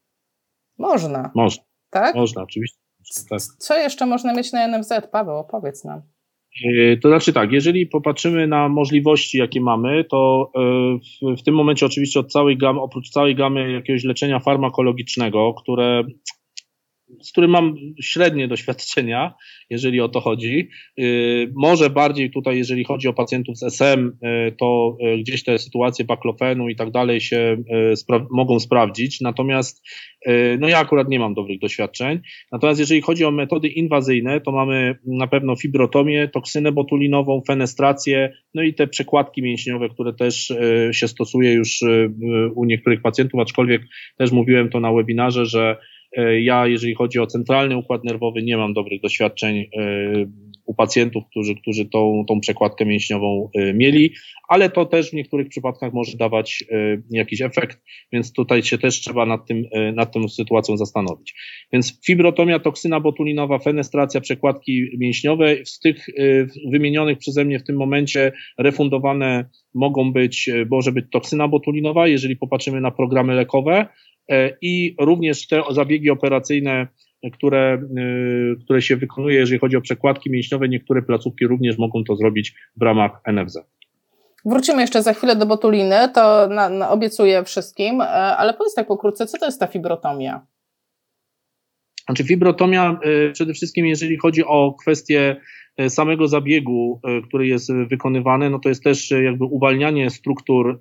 Można. Tak? Można, oczywiście. Tak. Co jeszcze można mieć na NFZ? Paweł, opowiedz nam. To znaczy tak, jeżeli popatrzymy na możliwości, jakie mamy, to w tym momencie oczywiście oprócz całej gamy jakiegoś leczenia farmakologicznego, które z którym mam średnie doświadczenia, jeżeli o to chodzi. Może bardziej tutaj, jeżeli chodzi o pacjentów z SM, to gdzieś te sytuacje baklofenu i tak dalej się mogą sprawdzić, natomiast no ja akurat nie mam dobrych doświadczeń. Natomiast jeżeli chodzi o metody inwazyjne, to mamy na pewno fibrotomię, toksynę botulinową, fenestrację, no i te przekładki mięśniowe, które też się stosuje już u niektórych pacjentów, aczkolwiek też mówiłem to na webinarze, że ja, jeżeli chodzi o centralny układ nerwowy, nie mam dobrych doświadczeń u pacjentów, którzy tą przekładkę mięśniową mieli, ale to też w niektórych przypadkach może dawać jakiś efekt, więc tutaj się też trzeba nad tą sytuacją zastanowić. Więc fibrotomia, toksyna botulinowa, fenestracja, przekładki mięśniowe, z tych wymienionych przeze mnie w tym momencie refundowane może być toksyna botulinowa, jeżeli popatrzymy na programy lekowe, i również te zabiegi operacyjne, które się wykonuje, jeżeli chodzi o przekładki mięśniowe, niektóre placówki również mogą to zrobić w ramach NFZ. Wrócimy jeszcze za chwilę do botuliny, to obiecuję wszystkim, ale powiedz tak pokrótce, co to jest ta fibrotomia? Znaczy fibrotomia przede wszystkim, jeżeli chodzi o kwestię samego zabiegu, który jest wykonywany, no to jest też jakby uwalnianie struktur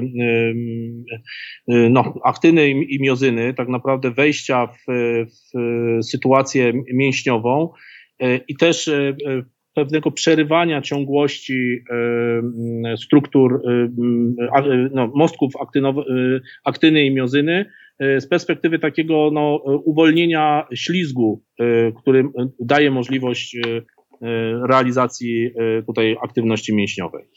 aktyny i miozyny, tak naprawdę wejścia w sytuację mięśniową i też pewnego przerywania ciągłości struktur mostków aktyny i miozyny z perspektywy takiego uwolnienia ślizgu, który daje możliwość realizacji tutaj aktywności mięśniowej.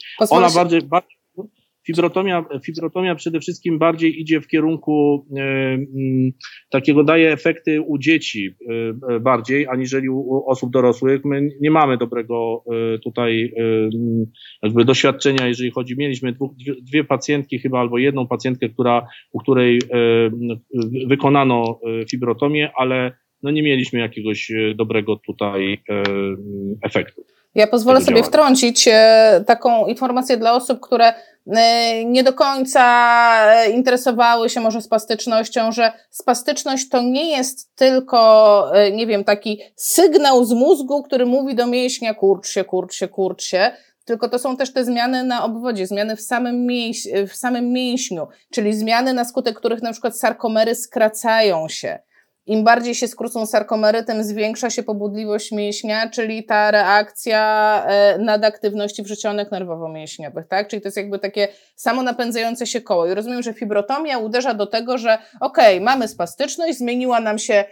Fibrotomia przede wszystkim bardziej idzie w kierunku takiego, daje efekty u dzieci bardziej, aniżeli u osób dorosłych. My nie mamy dobrego tutaj jakby doświadczenia, jeżeli chodzi, mieliśmy dwie pacjentki chyba, albo jedną pacjentkę, u której wykonano fibrotomię, ale no nie mieliśmy jakiegoś dobrego tutaj efektu. Ja pozwolę sobie wtrącić taką informację dla osób, które nie do końca interesowały się może spastycznością, że spastyczność to nie jest tylko, nie wiem, taki sygnał z mózgu, który mówi do mięśnia kurcz się, tylko to są też te zmiany na obwodzie, zmiany w samym mięśniu, czyli zmiany, na skutek których na przykład sarkomery skracają się. Im bardziej się skrócą sarkomery, tym zwiększa się pobudliwość mięśnia, czyli ta reakcja nadaktywności wrzecionek nerwowo-mięśniowych, tak? Czyli to jest jakby takie samonapędzające się koło. I rozumiem, że fibrotomia uderza do tego, że mamy spastyczność, zmieniła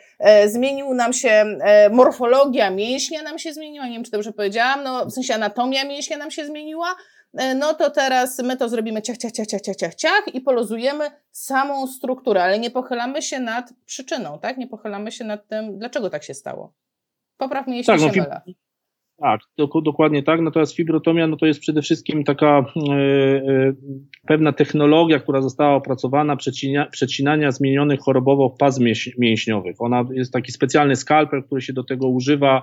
nam się morfologia mięśnia nam się zmieniła, nie wiem, czy dobrze powiedziałam, w sensie anatomia mięśnia nam się zmieniła, no to teraz my to zrobimy ciach i poluzujemy samą strukturę, ale nie pochylamy się nad przyczyną, tak? Nie pochylamy się nad tym, dlaczego tak się stało. Popraw mnie, jeśli się mylę. Tak, dokładnie tak. Natomiast fibrotomia to jest przede wszystkim taka pewna technologia, która została opracowana przecinania zmienionych chorobowo pas mięśniowych. Ona jest taki specjalny skalpel, który się do tego używa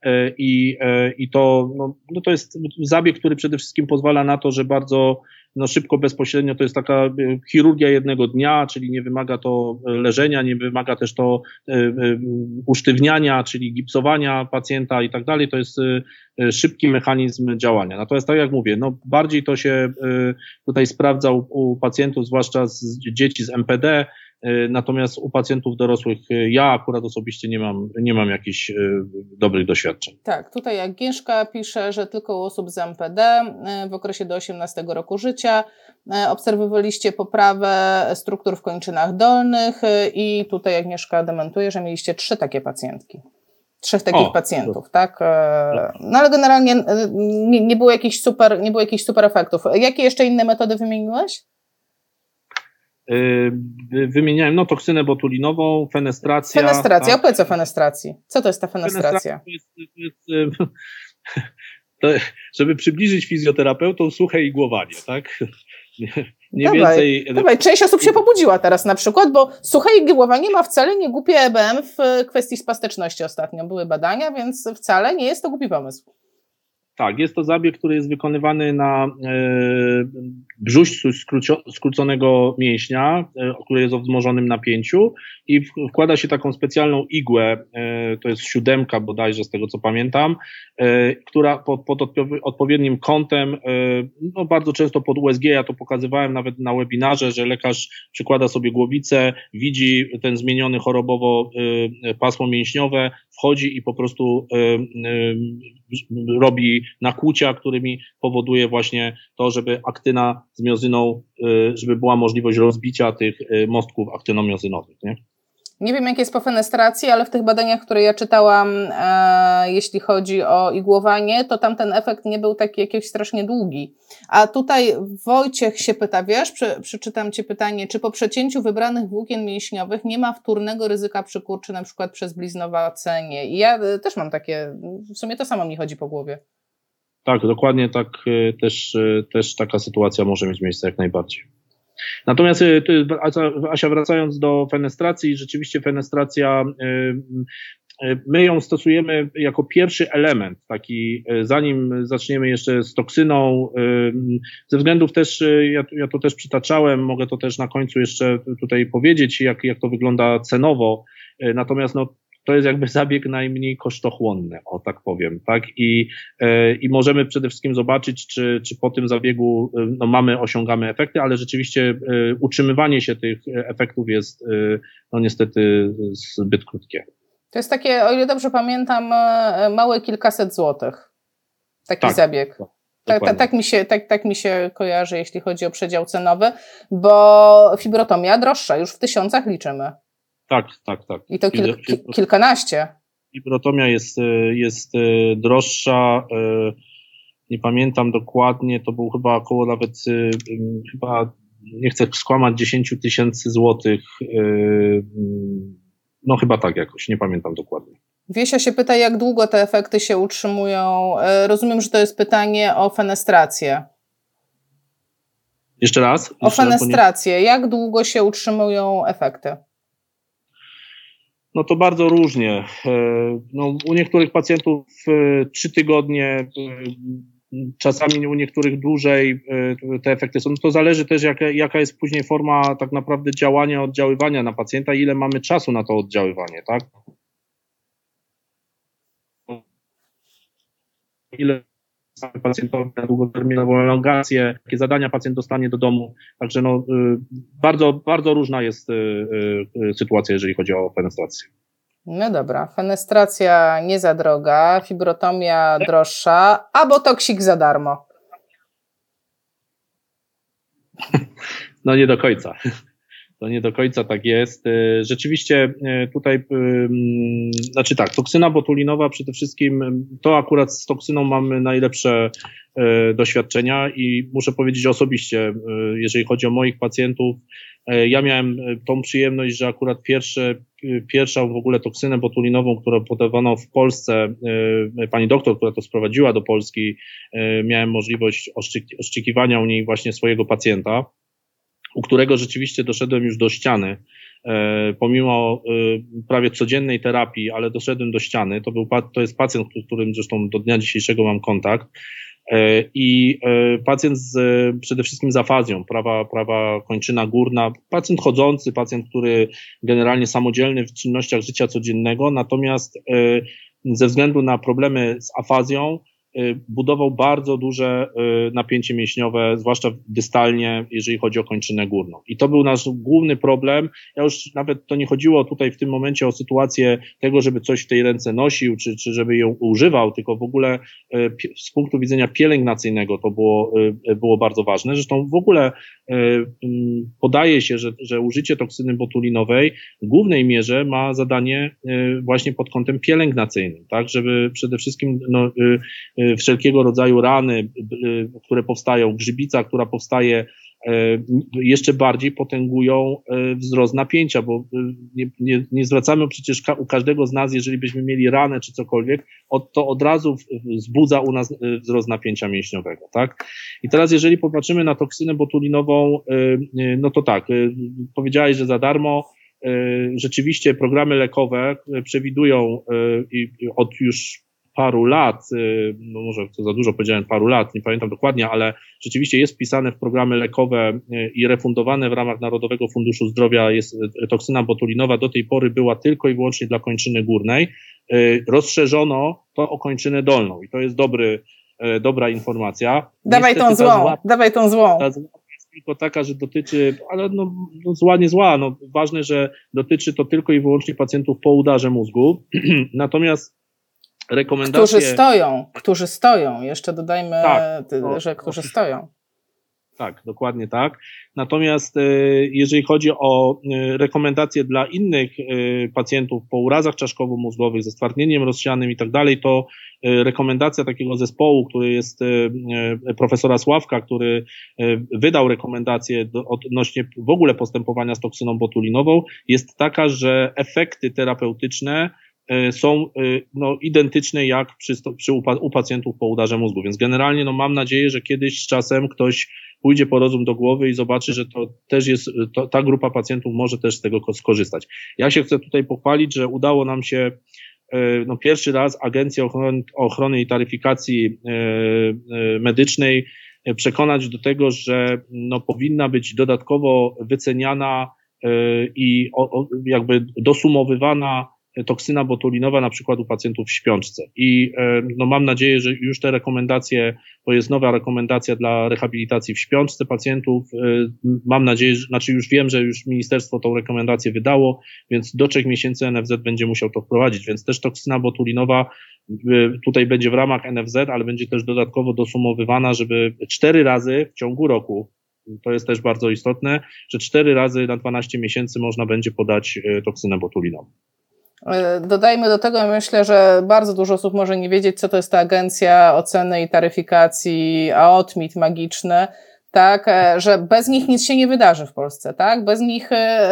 i to jest zabieg, który przede wszystkim pozwala na to, że bardzo szybko, bezpośrednio, to jest taka chirurgia jednego dnia, czyli nie wymaga to leżenia, nie wymaga też to usztywniania, czyli gipsowania pacjenta i tak dalej. To jest szybki mechanizm działania. Natomiast tak jak mówię, bardziej to się tutaj sprawdza u pacjentów, zwłaszcza dzieci z MPD, natomiast u pacjentów dorosłych ja akurat osobiście nie mam jakichś dobrych doświadczeń. Tak, tutaj Agnieszka pisze, że tylko u osób z MPD w okresie do 18 roku życia obserwowaliście poprawę struktur w kończynach dolnych i tutaj Agnieszka dementuje, że mieliście 3 takie pacjentki. 3 takich pacjentów, tak? No ale generalnie nie było jakichś super efektów. Jakie jeszcze inne metody wymieniłeś? Wymieniałem toksynę botulinową, fenestracja. Fenestracja, opowiedz o fenestracji. Co to jest ta fenestracja? To, żeby przybliżyć fizjoterapeutom suche igłowanie, tak? Dawaj, część osób się pobudziła teraz na przykład, bo suche igłowanie ma wcale nie głupie EBM w kwestii spastyczności ostatnio. Były badania, więc wcale nie jest to głupi pomysł. Tak, jest to zabieg, który jest wykonywany na brzuszcu skróconego mięśnia, który jest o wzmożonym napięciu i wkłada się taką specjalną igłę, to jest 7 bodajże z tego co pamiętam, która pod odpowiednim kątem, no bardzo często pod USG, ja to pokazywałem nawet na webinarze, że lekarz przykłada sobie głowicę, widzi ten zmieniony chorobowo pasmo mięśniowe, wchodzi i po prostu robi nakłucia, którymi powoduje właśnie to, żeby aktyna z miozyną, żeby była możliwość rozbicia tych mostków aktynomiozynowych, nie? Nie wiem, jak jest po fenestracji, ale w tych badaniach, które ja czytałam, jeśli chodzi o igłowanie, to tam ten efekt nie był taki jakiś strasznie długi. A tutaj Wojciech się pyta, wiesz, przeczytam Ci pytanie, czy po przecięciu wybranych włókien mięśniowych nie ma wtórnego ryzyka przykurczy, na przykład przez bliznowacenie? I ja też mam takie, w sumie to samo mi chodzi po głowie. Tak, dokładnie tak, też taka sytuacja może mieć miejsce jak najbardziej. Natomiast, Asia, wracając do fenestracji, rzeczywiście fenestracja, my ją stosujemy jako pierwszy element, taki zanim zaczniemy jeszcze z toksyną, ze względów też, ja to też przytaczałem, mogę to też na końcu jeszcze tutaj powiedzieć, jak to wygląda cenowo, natomiast no, to jest jakby zabieg najmniej kosztochłonny, o tak powiem, tak? I możemy przede wszystkim zobaczyć, czy po tym zabiegu no, osiągamy efekty, ale rzeczywiście utrzymywanie się tych efektów jest no niestety zbyt krótkie. To jest takie, o ile dobrze pamiętam, małe kilkaset złotych. Taki zabieg. Tak mi się kojarzy, jeśli chodzi o przedział cenowy, bo fibrotomia droższa, już w tysiącach liczymy. Tak. I to kilkanaście. Fibrotomia jest droższa, nie pamiętam dokładnie, to był chyba około nawet, chyba, nie chcę skłamać, 10 000 złotych, no chyba tak jakoś, nie pamiętam dokładnie. Wiesia się pyta, jak długo te efekty się utrzymują. Rozumiem, że to jest pytanie o fenestrację. Jeszcze raz? O fenestrację. Jak długo się utrzymują efekty? No to bardzo różnie. No, u niektórych pacjentów 3 tygodnie, czasami u niektórych dłużej te efekty są. To zależy też jaka jest później forma tak naprawdę działania, oddziaływania na pacjenta, ile mamy czasu na to oddziaływanie, tak? Ile pacjentowi na długoterminową elongację, jakie zadania pacjent dostanie do domu. Także no, bardzo, bardzo różna jest sytuacja, jeżeli chodzi o fenestrację. No dobra, fenestracja nie za droga, fibrotomia droższa, a botoksik za darmo. No nie do końca. To nie do końca tak jest. Rzeczywiście tutaj, znaczy tak, toksyna botulinowa przede wszystkim, to akurat z toksyną mamy najlepsze doświadczenia i muszę powiedzieć osobiście, jeżeli chodzi o moich pacjentów, ja miałem tą przyjemność, że akurat pierwszą w ogóle toksynę botulinową, którą podawano w Polsce, pani doktor, która to sprowadziła do Polski, miałem możliwość oszczekiwania u niej właśnie swojego pacjenta, u którego rzeczywiście doszedłem już do ściany, pomimo prawie codziennej terapii, ale doszedłem do ściany. To jest pacjent, z którym zresztą do dnia dzisiejszego mam kontakt. I pacjent przede wszystkim z afazją, prawa kończyna górna, pacjent chodzący, pacjent, który generalnie samodzielny w czynnościach życia codziennego, natomiast ze względu na problemy z afazją budował bardzo duże napięcie mięśniowe, zwłaszcza dystalnie, jeżeli chodzi o kończynę górną. I to był nasz główny problem. Ja już nawet to nie chodziło tutaj w tym momencie o sytuację tego, żeby coś w tej ręce nosił, czy żeby ją używał, tylko w ogóle z punktu widzenia pielęgnacyjnego to było bardzo ważne. Zresztą w ogóle podaje się, że użycie toksyny botulinowej w głównej mierze ma zadanie właśnie pod kątem pielęgnacyjnym, tak, żeby przede wszystkim wszelkiego rodzaju rany, które powstają, grzybica, która powstaje, jeszcze bardziej potęgują wzrost napięcia, bo nie zwracamy przecież u każdego z nas, jeżeli byśmy mieli ranę czy cokolwiek, to od razu wzbudza u nas wzrost napięcia mięśniowego, tak? I teraz jeżeli popatrzymy na toksynę botulinową, no to tak, powiedziałeś, że za darmo. Rzeczywiście programy lekowe przewidują od już paru lat, no może to za dużo powiedziałem, paru lat, nie pamiętam dokładnie, ale rzeczywiście jest wpisane w programy lekowe i refundowane w ramach Narodowego Funduszu Zdrowia jest toksyna botulinowa. Do tej pory była tylko i wyłącznie dla kończyny górnej. Rozszerzono to o kończynę dolną i to jest dobra informacja. Dawaj tą złą. Ta zła jest tylko taka, że dotyczy, ale zła nie zła, ważne, że dotyczy to tylko i wyłącznie pacjentów po udarze mózgu. Natomiast rekomendacje... Którzy stoją, jeszcze dodajmy, tak, że którzy stoją. Tak, dokładnie tak. Natomiast jeżeli chodzi o rekomendacje dla innych pacjentów po urazach czaszkowo-mózgowych ze stwardnieniem rozsianym i tak dalej, to rekomendacja takiego zespołu, który jest profesora Sławka, który wydał rekomendacje odnośnie w ogóle postępowania z toksyną botulinową, jest taka, że efekty terapeutyczne są identyczne jak u pacjentów po udarze mózgu. Więc generalnie mam nadzieję, że kiedyś z czasem ktoś pójdzie po rozum do głowy i zobaczy, że to też jest, ta grupa pacjentów może też z tego skorzystać. Ja się chcę tutaj pochwalić, że udało nam się pierwszy raz Agencja Ochrony i Taryfikacji Medycznej przekonać do tego, że powinna być dodatkowo wyceniana i jakby dosumowywana toksyna botulinowa na przykład u pacjentów w śpiączce. I mam nadzieję, że już te rekomendacje, to jest nowa rekomendacja dla rehabilitacji w śpiączce pacjentów. Mam nadzieję, już wiem, że już ministerstwo tą rekomendację wydało, więc do 3 miesięcy NFZ będzie musiał to wprowadzić, więc też toksyna botulinowa tutaj będzie w ramach NFZ, ale będzie też dodatkowo dosumowywana, żeby 4 razy w ciągu roku, to jest też bardzo istotne, że 4 razy na 12 miesięcy można będzie podać toksynę botulinową. Dodajmy do tego, myślę, że bardzo dużo osób może nie wiedzieć, co to jest ta Agencja Oceny i Taryfikacji, AOTMIT magiczny, tak, że bez nich nic się nie wydarzy w Polsce, tak, bez nich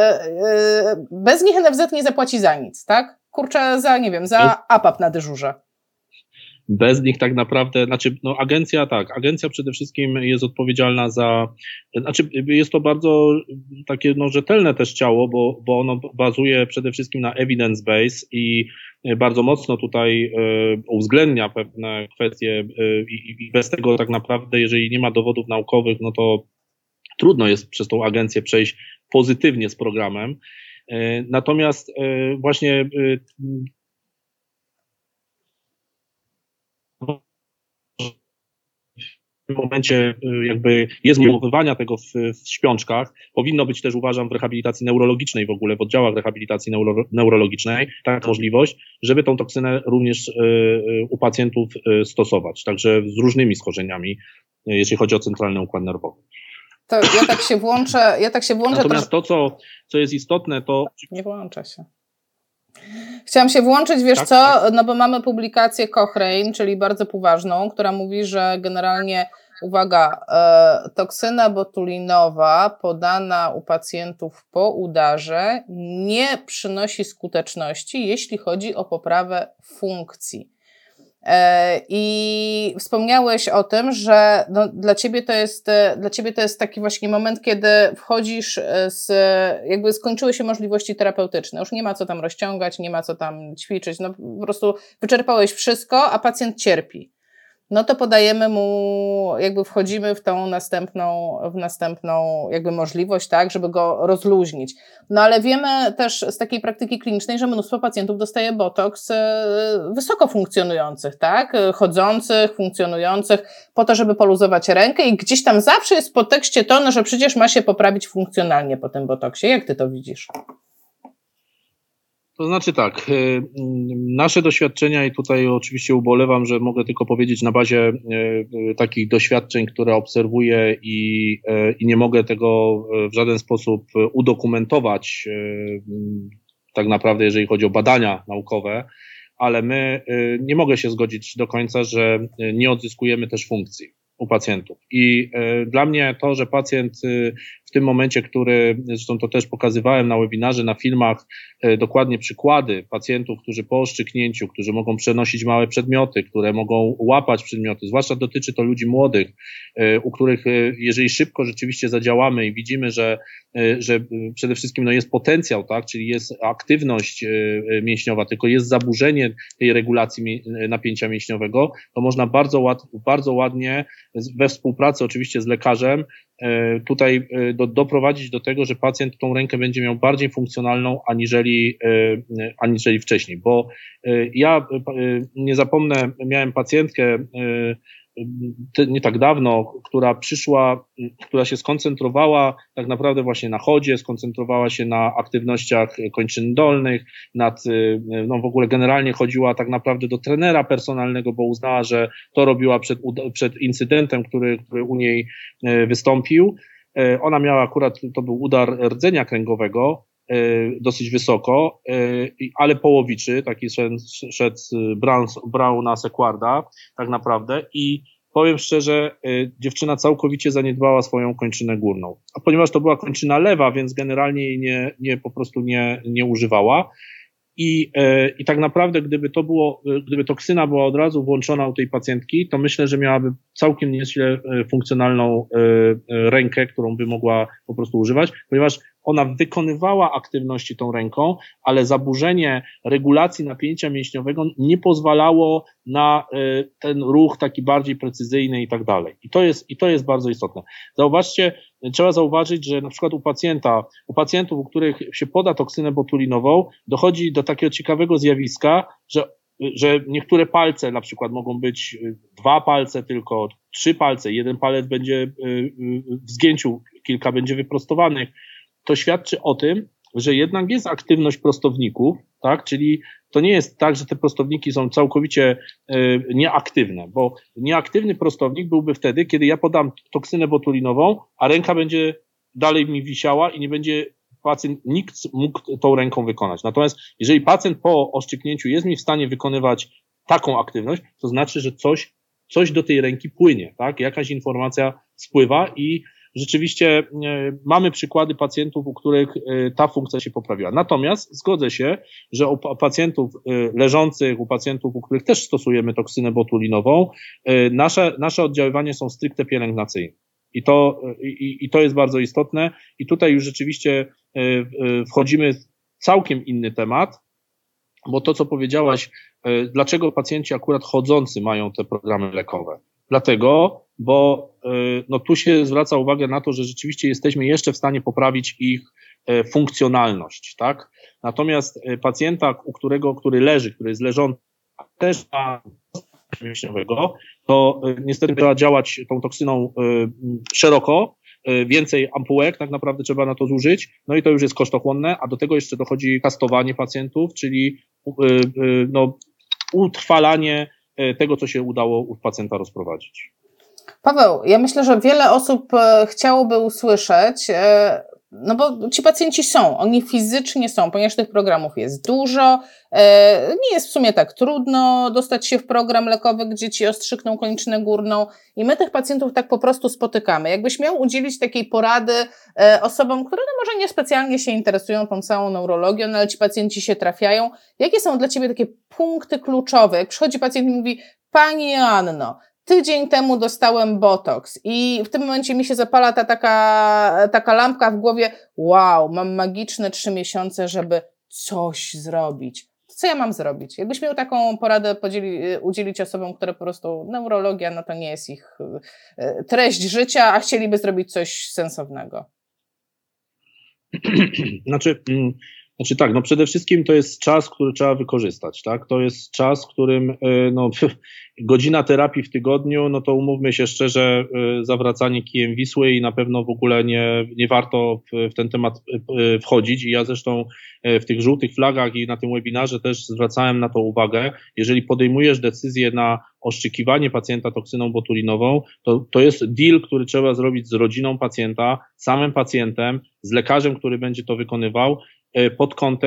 NFZ nie zapłaci za nic, tak, kurczę, za APAP na dyżurze. Bez nich tak naprawdę, agencja przede wszystkim jest odpowiedzialna jest to bardzo takie rzetelne też ciało, bo ono bazuje przede wszystkim na evidence base i bardzo mocno tutaj uwzględnia pewne kwestie i bez tego tak naprawdę, jeżeli nie ma dowodów naukowych, to trudno jest przez tą agencję przejść pozytywnie z programem. Natomiast właśnie w tym momencie jakby jest umowywania tego w śpiączkach, powinno być też, uważam, w rehabilitacji neurologicznej w ogóle, w oddziałach rehabilitacji neurologicznej, taka możliwość, żeby tą toksynę również u pacjentów stosować, także z różnymi schorzeniami, jeśli chodzi o centralny układ nerwowy. To ja tak się włączę. Natomiast to, co jest istotne, to... Nie włącza się. Chciałam się włączyć, bo mamy publikację Cochrane, czyli bardzo poważną, która mówi, że generalnie, uwaga, toksyna botulinowa podana u pacjentów po udarze nie przynosi skuteczności, jeśli chodzi o poprawę funkcji. I wspomniałeś o tym, że dla ciebie to jest taki właśnie moment, kiedy wchodzisz jakby skończyły się możliwości terapeutyczne. Już nie ma co tam rozciągać, nie ma co tam ćwiczyć. Po prostu wyczerpałeś wszystko, a pacjent cierpi. To podajemy mu, jakby wchodzimy w tą następną jakby możliwość, tak, żeby go rozluźnić. Ale wiemy też z takiej praktyki klinicznej, że mnóstwo pacjentów dostaje botoks wysoko funkcjonujących, tak, chodzących, funkcjonujących, po to, żeby poluzować rękę i gdzieś tam zawsze jest w podtekście to, że przecież ma się poprawić funkcjonalnie po tym botoksie. Jak ty to widzisz? To znaczy tak, nasze doświadczenia i tutaj oczywiście ubolewam, że mogę tylko powiedzieć na bazie takich doświadczeń, które obserwuję i nie mogę tego w żaden sposób udokumentować tak naprawdę, jeżeli chodzi o badania naukowe, ale nie mogę się zgodzić do końca, że nie odzyskujemy też funkcji u pacjentów. I dla mnie to, że pacjent w tym momencie, zresztą to też pokazywałem na webinarze, na filmach, dokładnie przykłady pacjentów, którzy po szczyknięciu, którzy mogą przenosić małe przedmioty, które mogą łapać przedmioty, zwłaszcza dotyczy to ludzi młodych, u których jeżeli szybko rzeczywiście zadziałamy i widzimy, że przede wszystkim jest potencjał, tak, czyli jest aktywność mięśniowa, tylko jest zaburzenie tej regulacji napięcia mięśniowego, to można bardzo ładnie we współpracy oczywiście z lekarzem tutaj doprowadzić do tego, że pacjent tą rękę będzie miał bardziej funkcjonalną aniżeli wcześniej, bo ja nie zapomnę, miałem pacjentkę nie tak dawno, która przyszła, która się skoncentrowała tak naprawdę właśnie na chodzie, skoncentrowała się na aktywnościach kończyn dolnych, w ogóle generalnie chodziła tak naprawdę do trenera personalnego, bo uznała, że to robiła przed incydentem, który u niej wystąpił. Ona miała akurat, to był udar rdzenia kręgowego, dosyć wysoko, ale połowiczy, taki szedł Brauna Sequarda tak naprawdę i powiem szczerze, dziewczyna całkowicie zaniedbała swoją kończynę górną. A ponieważ to była kończyna lewa, więc generalnie jej po prostu nie używała. I tak naprawdę, gdyby toksyna była od razu włączona u tej pacjentki, to myślę, że miałaby całkiem nieźle funkcjonalną rękę, którą by mogła po prostu używać, ponieważ ona wykonywała aktywności tą ręką, ale zaburzenie regulacji napięcia mięśniowego nie pozwalało na ten ruch taki bardziej precyzyjny i tak dalej. I to jest bardzo istotne. Trzeba zauważyć, że na przykład u pacjentów, u których się poda toksynę botulinową, dochodzi do takiego ciekawego zjawiska, że niektóre palce na przykład mogą być 2 palce tylko, 3 palce, 1 palec będzie w zgięciu, kilka będzie wyprostowanych. To świadczy o tym, że jednak jest aktywność prostowników, tak? Czyli to nie jest tak, że te prostowniki są całkowicie nieaktywne, bo nieaktywny prostownik byłby wtedy, kiedy ja podam toksynę botulinową, a ręka będzie dalej mi wisiała i nie będzie nikt mógł tą ręką wykonać. Natomiast jeżeli pacjent po oszczyknięciu jest mi w stanie wykonywać taką aktywność, to znaczy, że coś do tej ręki płynie, tak? Jakaś informacja spływa i rzeczywiście mamy przykłady pacjentów, u których ta funkcja się poprawiła. Natomiast zgodzę się, że u pacjentów leżących, u pacjentów, u których też stosujemy toksynę botulinową, nasze oddziaływania są stricte pielęgnacyjne. I to jest bardzo istotne. I tutaj już rzeczywiście wchodzimy w całkiem inny temat, bo to, co powiedziałaś, dlaczego pacjenci akurat chodzący mają te programy lekowe? Dlatego, bo tu się zwraca uwagę na to, że rzeczywiście jesteśmy jeszcze w stanie poprawić ich funkcjonalność, tak? Natomiast pacjenta, który leży, który jest leżący, też ma mięśniowego, to niestety trzeba działać tą toksyną szeroko, więcej ampułek tak naprawdę trzeba na to zużyć, no i to już jest kosztochłonne, a do tego jeszcze dochodzi kastowanie pacjentów, czyli utrwalanie tego, co się udało u pacjenta rozprowadzić. Paweł, ja myślę, że wiele osób chciałoby usłyszeć, no bo ci pacjenci oni fizycznie są, ponieważ tych programów jest dużo, nie jest w sumie tak trudno dostać się w program lekowy, gdzie ci ostrzykną kończynę górną i my tych pacjentów tak po prostu spotykamy. Jakbyś miał udzielić takiej porady osobom, które może niespecjalnie się interesują tą całą neurologią, ale ci pacjenci się trafiają, jakie są dla ciebie takie punkty kluczowe? Jak przychodzi pacjent i mówi: Pani Joanno, tydzień temu dostałem botoks i w tym momencie mi się zapala taka lampka w głowie, wow, mam magiczne 3 miesiące, żeby coś zrobić. Co ja mam zrobić? Jakbyś miał taką poradę udzielić osobom, które po prostu neurologia, to nie jest ich treść życia, a chcieliby zrobić coś sensownego. Znaczy tak, przede wszystkim to jest czas, który trzeba wykorzystać, tak? To jest czas, w którym godzina terapii w tygodniu, to umówmy się szczerze, zawracanie kijem Wisły i na pewno w ogóle nie warto w ten temat wchodzić i ja zresztą w tych żółtych flagach i na tym webinarze też zwracałem na to uwagę. Jeżeli podejmujesz decyzję na oszczekiwanie pacjenta toksyną botulinową, to jest deal, który trzeba zrobić z rodziną pacjenta, samym pacjentem, z lekarzem, który będzie to wykonywał, pod kątem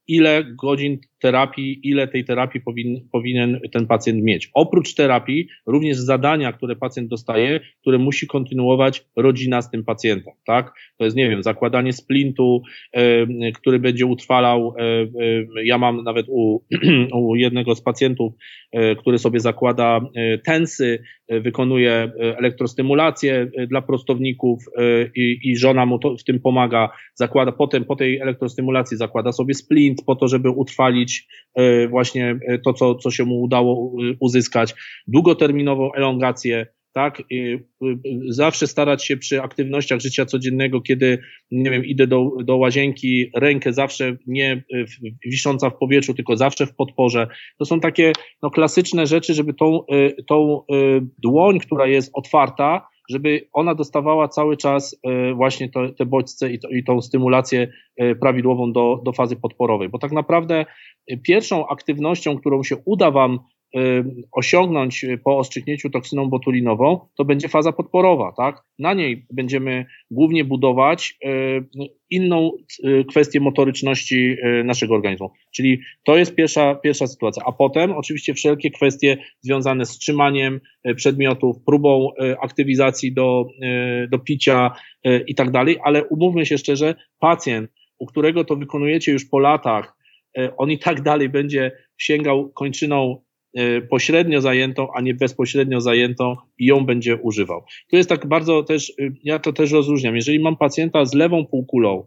ile godzin terapii, ile tej terapii powinien ten pacjent mieć. Oprócz terapii, również zadania, które pacjent dostaje, które musi kontynuować rodzina z tym pacjentem, tak? To jest, nie wiem, zakładanie splintu, który będzie utrwalał, ja mam nawet u jednego z pacjentów, który sobie zakłada tensy, wykonuje elektrostymulację dla prostowników i żona mu w tym pomaga, zakłada potem po tej elektrostymulacji zakłada sobie splint po to, żeby utrwalić właśnie to, co się mu udało uzyskać, długoterminową elongację, tak? Zawsze starać się przy aktywnościach życia codziennego, kiedy, nie wiem, idę do łazienki, rękę zawsze nie wisząca w powietrzu, tylko zawsze w podporze. To są takie klasyczne rzeczy, żeby tą dłoń, która jest otwarta, żeby ona dostawała cały czas właśnie te bodźce i tą stymulację prawidłową do fazy podporowej. Bo tak naprawdę pierwszą aktywnością, którą się uda wam osiągnąć po ostrzyknięciu toksyną botulinową, to będzie faza podporowa, tak? Na niej będziemy głównie budować inną kwestię motoryczności naszego organizmu. Czyli to jest pierwsza sytuacja. A potem oczywiście wszelkie kwestie związane z trzymaniem przedmiotów, próbą aktywizacji do picia i tak dalej, ale umówmy się szczerze, pacjent, u którego to wykonujecie już po latach, on i tak dalej będzie sięgał kończyną pośrednio zajętą, a nie bezpośrednio zajętą i ją będzie używał. Tu jest tak bardzo też, ja to też rozróżniam. Jeżeli mam pacjenta z lewą półkulą,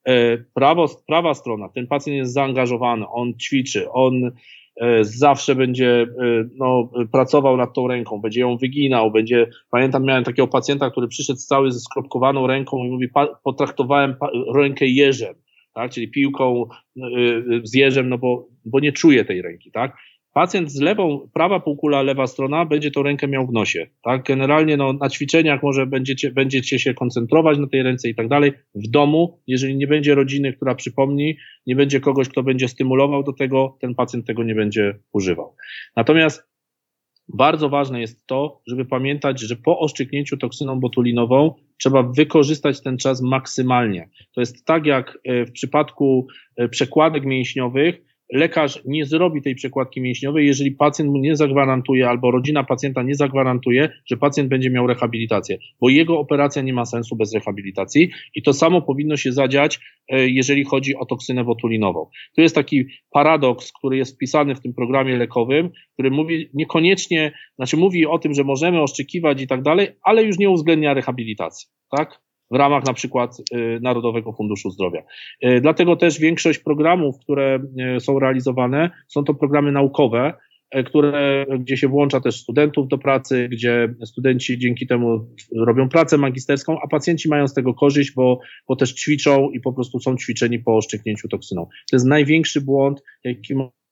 prawa strona, ten pacjent jest zaangażowany, on ćwiczy, on zawsze będzie pracował nad tą ręką, będzie ją wyginał, pamiętam, miałem takiego pacjenta, który przyszedł cały ze skropkowaną ręką i mówi, potraktowałem rękę jeżem, tak, czyli piłką z jeżem, bo nie czuję tej ręki, tak. Pacjent z lewą, prawa półkula, lewa strona będzie tą rękę miał w nosie, tak? Generalnie na ćwiczeniach może będziecie się koncentrować na tej ręce i tak dalej. W domu, jeżeli nie będzie rodziny, która przypomni, nie będzie kogoś, kto będzie stymulował do tego, ten pacjent tego nie będzie używał. Natomiast bardzo ważne jest to, żeby pamiętać, że po oszczyknięciu toksyną botulinową trzeba wykorzystać ten czas maksymalnie. To jest tak jak w przypadku przekładek mięśniowych, lekarz nie zrobi tej przekładki mięśniowej, jeżeli pacjent mu nie zagwarantuje albo rodzina pacjenta nie zagwarantuje, że pacjent będzie miał rehabilitację, bo jego operacja nie ma sensu bez rehabilitacji i to samo powinno się zadziać, jeżeli chodzi o toksynę botulinową. Tu jest taki paradoks, który jest wpisany w tym programie lekowym, który mówi niekoniecznie, mówi o tym, że możemy oszczekiwać i tak dalej, ale już nie uwzględnia rehabilitacji, tak? W ramach na przykład Narodowego Funduszu Zdrowia. Dlatego też większość programów, które są realizowane, są to programy naukowe, gdzie się włącza też studentów do pracy, gdzie studenci dzięki temu robią pracę magisterską, a pacjenci mają z tego korzyść, bo też ćwiczą i po prostu są ćwiczeni po oszczyknięciu toksyną. To jest największy błąd, jaki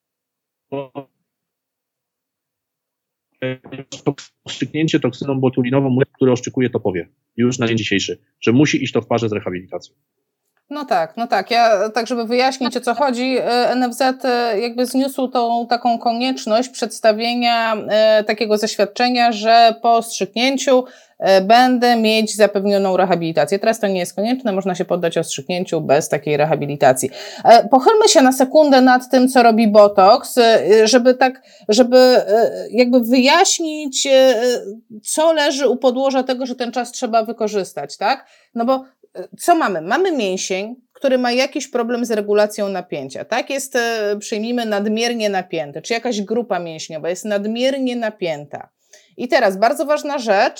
oszczyknięcie toksyną botulinową, który oszczykuje, to powie już na dzień dzisiejszy, że musi iść to w parze z rehabilitacją. No tak. Ja tak, żeby wyjaśnić, o co chodzi, NFZ jakby zniósł tą taką konieczność przedstawienia takiego zaświadczenia, że po ostrzyknięciu będę mieć zapewnioną rehabilitację. Teraz to nie jest konieczne, można się poddać ostrzyknięciu bez takiej rehabilitacji. Pochylmy się na sekundę nad tym, co robi Botox, żeby jakby wyjaśnić, co leży u podłoża tego, że ten czas trzeba wykorzystać, tak? No bo co mamy? Mamy mięsień, który ma jakiś problem z regulacją napięcia, tak? Jest, przyjmijmy, nadmiernie napięty, czy jakaś grupa mięśniowa jest nadmiernie napięta. I teraz bardzo ważna rzecz,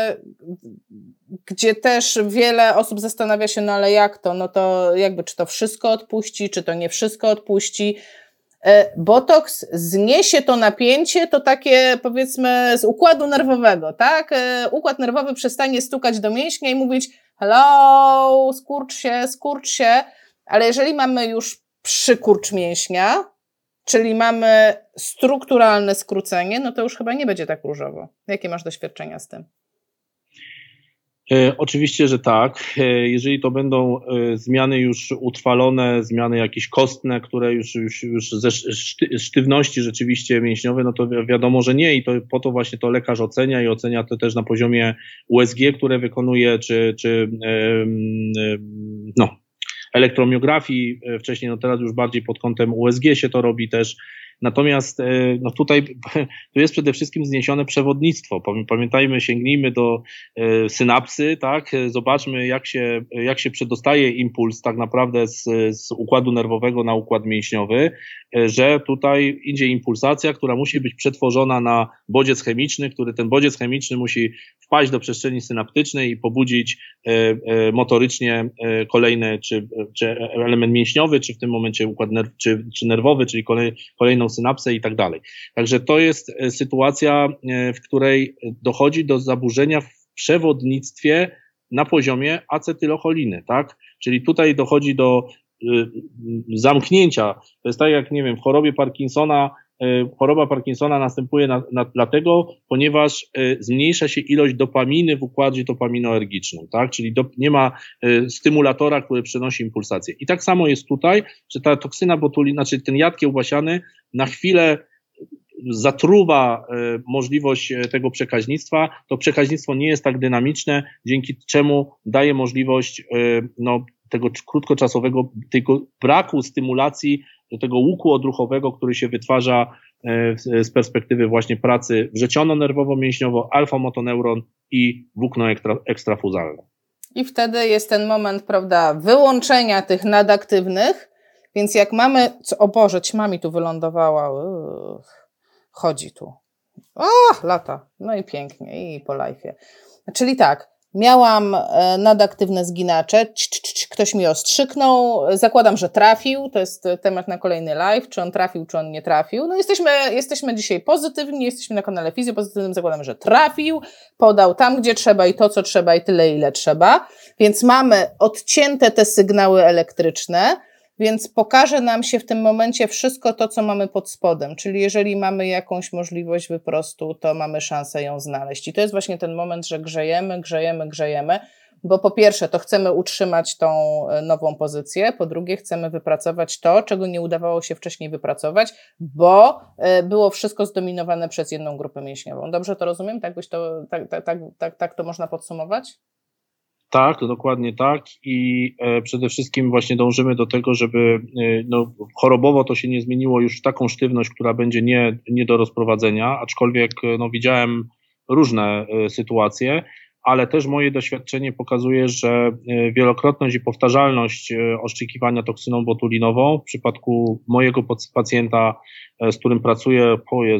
gdzie też wiele osób zastanawia się, no ale jak to? No to jakby, czy to wszystko odpuści, czy to nie wszystko odpuści? Botox zniesie to napięcie, to takie, powiedzmy, z układu nerwowego, tak? Układ nerwowy przestanie stukać do mięśnia i mówić hello, skurcz się, ale jeżeli mamy już przykurcz mięśnia, czyli mamy strukturalne skrócenie, no to już chyba nie będzie tak różowo. Jakie masz doświadczenia z tym? Oczywiście, że tak. Jeżeli to będą zmiany już utrwalone, zmiany jakieś kostne, które już ze sztywności rzeczywiście mięśniowej, no to wiadomo, że nie i to po to właśnie to lekarz ocenia i ocenia to też na poziomie USG, które wykonuje, elektromiografii wcześniej, no teraz już bardziej pod kątem USG się to robi też. Natomiast no tutaj tu jest przede wszystkim zniesione przewodnictwo. Pamiętajmy, sięgnijmy do synapsy, tak? Zobaczmy, jak się przedostaje impuls tak naprawdę z układu nerwowego na układ mięśniowy, że tutaj idzie impulsacja, która musi być przetworzona na bodziec chemiczny, który ten bodziec chemiczny musi wpaść do przestrzeni synaptycznej i pobudzić motorycznie kolejne, czy element mięśniowy, czy w tym momencie układ czy nerwowy, czyli kolejną synapsę i tak dalej. Także to jest sytuacja, w której dochodzi do zaburzenia w przewodnictwie na poziomie acetylocholiny, tak? Czyli tutaj dochodzi do zamknięcia. To jest tak jak, nie wiem, w chorobie Parkinsona. Choroba Parkinsona następuje dlatego, ponieważ zmniejsza się ilość dopaminy w układzie dopaminoergicznym, tak? Czyli nie ma stymulatora, który przenosi impulsację. I tak samo jest tutaj, że ta toksyna botulinowa, znaczy ten jad kiełbasiany na chwilę zatruwa możliwość tego przekaźnictwa. To przekaźnictwo nie jest tak dynamiczne, dzięki czemu daje możliwość tego krótkoczasowego, tego braku stymulacji do tego łuku odruchowego, który się wytwarza z perspektywy właśnie pracy wrzeciono-nerwowo-mięśniowo, alfa-motoneuron i włókno ekstrafuzalne. I wtedy jest ten moment, prawda, wyłączenia tych nadaktywnych, więc jak mamy, o Boże, ćma mi tu wylądowała, chodzi tu, lata, no i pięknie, i po lajfie. Czyli tak, miałam nadaktywne zginacze, ktoś mi ostrzyknął, zakładam, że trafił, to jest temat na kolejny live, czy on trafił, czy on nie trafił. No jesteśmy dzisiaj pozytywni, jesteśmy na kanale Fizjopozytywnym, zakładam, że trafił, podał tam, gdzie trzeba i to, co trzeba i tyle, ile trzeba, więc mamy odcięte te sygnały elektryczne, więc pokaże nam się w tym momencie wszystko to, co mamy pod spodem, czyli jeżeli mamy jakąś możliwość wyprostu, to mamy szansę ją znaleźć. I to jest właśnie ten moment, że grzejemy, bo po pierwsze to chcemy utrzymać tą nową pozycję, po drugie chcemy wypracować to, czego nie udawało się wcześniej wypracować, bo było wszystko zdominowane przez jedną grupę mięśniową. Dobrze to rozumiem? Tak to można podsumować? Tak, dokładnie tak i przede wszystkim właśnie dążymy do tego, żeby chorobowo to się nie zmieniło już w taką sztywność, która będzie nie do rozprowadzenia, aczkolwiek widziałem różne sytuacje, ale też moje doświadczenie pokazuje, że wielokrotność i powtarzalność oszczekiwania toksyną botulinową w przypadku mojego pacjenta, z którym pracuję,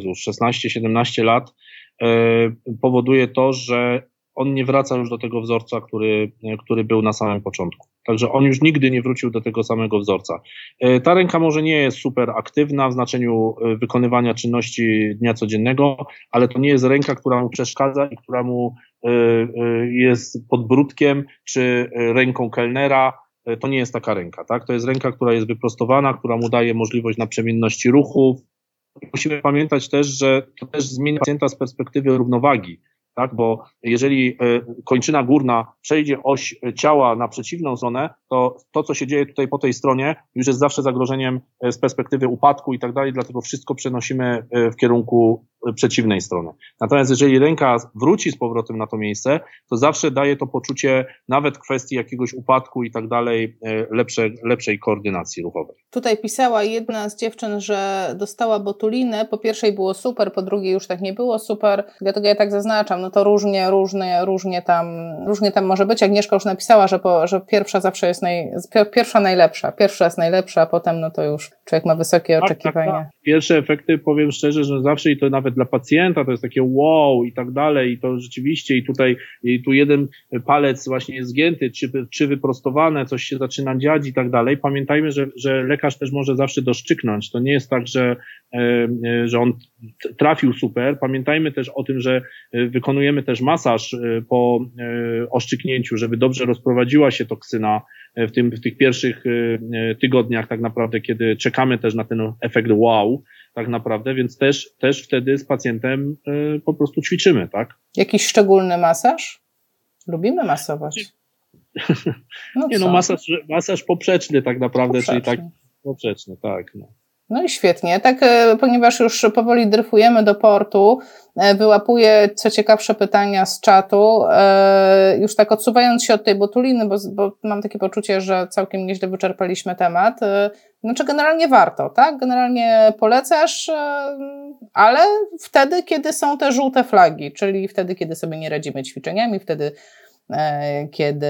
16-17 lat, powoduje to, że on nie wraca już do tego wzorca, który był na samym początku. Także on już nigdy nie wrócił do tego samego wzorca. Ta ręka może nie jest super aktywna w znaczeniu wykonywania czynności dnia codziennego, ale to nie jest ręka, która mu przeszkadza i która mu jest podbródkiem czy ręką kelnera. To nie jest taka ręka, tak? To jest ręka, która jest wyprostowana, która mu daje możliwość naprzemienności ruchów. Musimy pamiętać też, że to też zmienia pacjenta z perspektywy równowagi. Tak, bo jeżeli kończyna górna przejdzie oś ciała na przeciwną stronę, to co się dzieje tutaj po tej stronie już jest zawsze zagrożeniem z perspektywy upadku i tak dalej, dlatego wszystko przenosimy w kierunku przeciwnej strony. Natomiast jeżeli ręka wróci z powrotem na to miejsce, to zawsze daje to poczucie nawet w kwestii jakiegoś upadku i tak dalej, lepszej koordynacji ruchowej. Tutaj pisała jedna z dziewczyn, że dostała botulinę, po pierwszej było super, po drugiej już tak nie było super, dlatego ja tak zaznaczam, no to różnie tam może być. Agnieszka już napisała, że pierwsza zawsze jest pierwsza jest najlepsza, a potem no to już człowiek ma wysokie oczekiwania. Tak. Pierwsze efekty, powiem szczerze, że zawsze i to nawet dla pacjenta to jest takie wow i tak dalej i to rzeczywiście i tu jeden palec właśnie jest zgięty, czy wyprostowane, coś się zaczyna dziać i tak dalej. Pamiętajmy, że lekarz też może zawsze doszczyknąć. To nie jest tak, że on trafił super. Pamiętajmy też o tym, że wykonujemy też masaż po oszczyknięciu, żeby dobrze rozprowadziła się toksyna w tych pierwszych tygodniach tak naprawdę, kiedy czekamy też na ten efekt wow, tak naprawdę, więc też wtedy z pacjentem po prostu ćwiczymy, tak? Jakiś szczególny masaż? Lubimy masować. Masaż poprzeczny tak naprawdę, czyli tak poprzeczny, tak. No i świetnie. Tak, ponieważ już powoli dryfujemy do portu, wyłapuję co ciekawsze pytania z czatu, już tak odsuwając się od tej botuliny, bo mam takie poczucie, że całkiem nieźle wyczerpaliśmy temat. Znaczy generalnie warto, tak? Generalnie polecasz, ale wtedy, kiedy są te żółte flagi, czyli wtedy, kiedy sobie nie radzimy ćwiczeniami, wtedy kiedy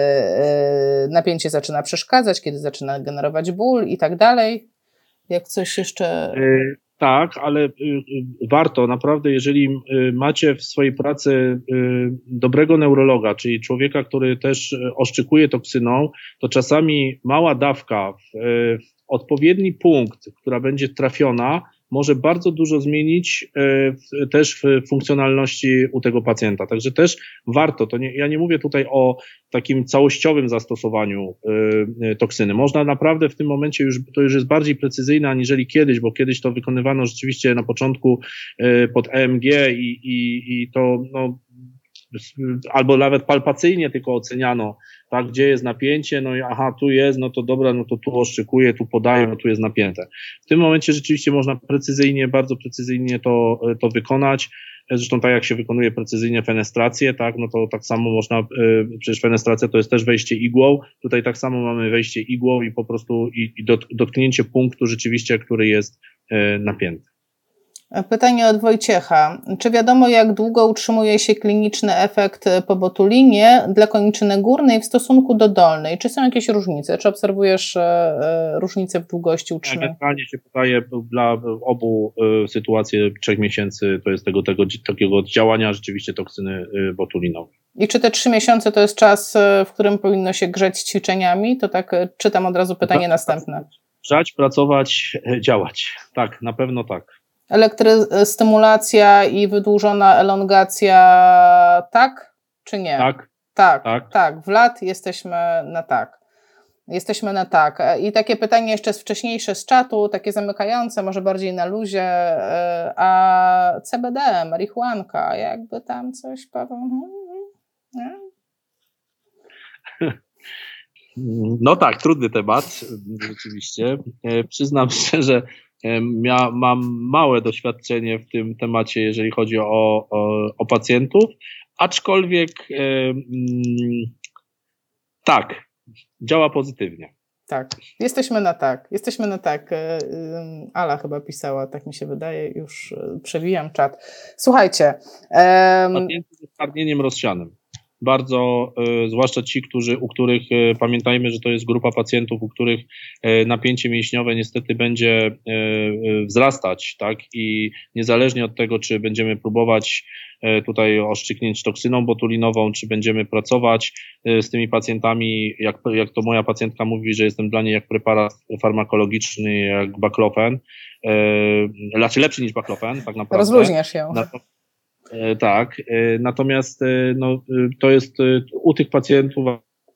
napięcie zaczyna przeszkadzać, kiedy zaczyna generować ból i tak dalej. Jak coś jeszcze... Tak, ale warto naprawdę, jeżeli macie w swojej pracy dobrego neurologa, czyli człowieka, który też oszczykuje toksyną, to czasami mała dawka w odpowiedni punkt, która będzie trafiona, może bardzo dużo zmienić też w funkcjonalności u tego pacjenta. Także też warto, ja nie mówię tutaj o takim całościowym zastosowaniu toksyny. Można naprawdę w tym momencie to już jest bardziej precyzyjne aniżeli kiedyś, bo kiedyś to wykonywano rzeczywiście na początku pod EMG i to no, albo nawet palpacyjnie tylko oceniano, tak, gdzie jest napięcie, no i aha, tu jest, no to dobra, no to tu oszczekuję, tu podaję, no tu jest napięte. W tym momencie rzeczywiście można precyzyjnie, bardzo precyzyjnie to wykonać. Zresztą tak jak się wykonuje precyzyjnie fenestrację, tak, no to tak samo można, przecież fenestracja to jest też wejście igłą, tutaj tak samo mamy wejście igłą i po prostu dotknięcie punktu rzeczywiście, który jest napięty. Pytanie od Wojciecha. Czy wiadomo, jak długo utrzymuje się kliniczny efekt po botulinie dla koniczyny górnej w stosunku do dolnej? Czy są jakieś różnice? Czy obserwujesz różnice w długości utrzymania? Generalnie się podaje dla obu sytuacji 3 miesięcy, to jest takiego działania rzeczywiście toksyny botulinowej. I czy te 3 miesiące to jest czas, w którym powinno się grzeć ćwiczeniami? To tak czytam od razu pytanie następne. Grzać, pracować, działać. Tak, na pewno tak. Elektrostymulacja i wydłużona elongacja, tak czy nie? Tak. W lat jesteśmy na tak. Jesteśmy na tak. I takie pytanie jeszcze wcześniejsze z czatu, takie zamykające, może bardziej na luzie, a CBD, marihuanka, jakby tam coś, Paweł? Nie? No tak, trudny temat, rzeczywiście. Przyznam szczerze, mam małe doświadczenie w tym temacie, jeżeli chodzi o pacjentów, aczkolwiek tak, działa pozytywnie. Tak, jesteśmy na tak. Ala chyba pisała, tak mi się wydaje, już przewijam czat. Słuchajcie. Pacjenci ze stwardnieniem rozsianym. Bardzo, zwłaszcza ci, u których pamiętajmy, że to jest grupa pacjentów, u których napięcie mięśniowe niestety będzie wzrastać, tak? I niezależnie od tego, czy będziemy próbować tutaj oszczyknięć toksyną botulinową, czy będziemy pracować z tymi pacjentami, jak to moja pacjentka mówi, że jestem dla niej jak preparat farmakologiczny, jak baclofen, znaczy lepszy niż baclofen, tak naprawdę. Rozluźniasz ją. Tak, natomiast no, to jest u tych pacjentów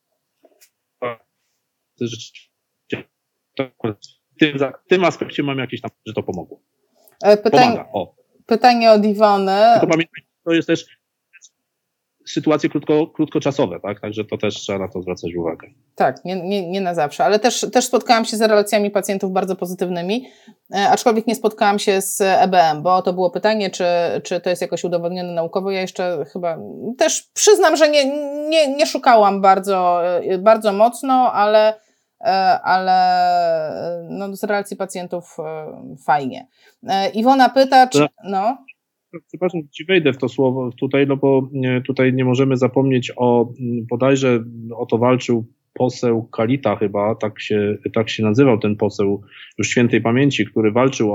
w tym aspekcie mam jakieś tam, że to pomogło. Pomaga. Pytanie od Iwony. Tylko pamiętaj, to jest też sytuacje krótkoczasowe, tak? Także to też trzeba na to zwracać uwagę. Tak, nie na zawsze, ale też spotkałam się z relacjami pacjentów bardzo pozytywnymi, aczkolwiek nie spotkałam się z EBM, bo to było pytanie, czy to jest jakoś udowodnione naukowo. Ja jeszcze chyba też przyznam, że nie szukałam bardzo mocno, ale no, z relacji pacjentów fajnie. Iwona pyta, czy... No. Przepraszam, ci wejdę w to słowo tutaj, no bo tutaj nie możemy zapomnieć bodajże o to walczył poseł Kalita chyba, tak się nazywał ten poseł już świętej pamięci, który walczył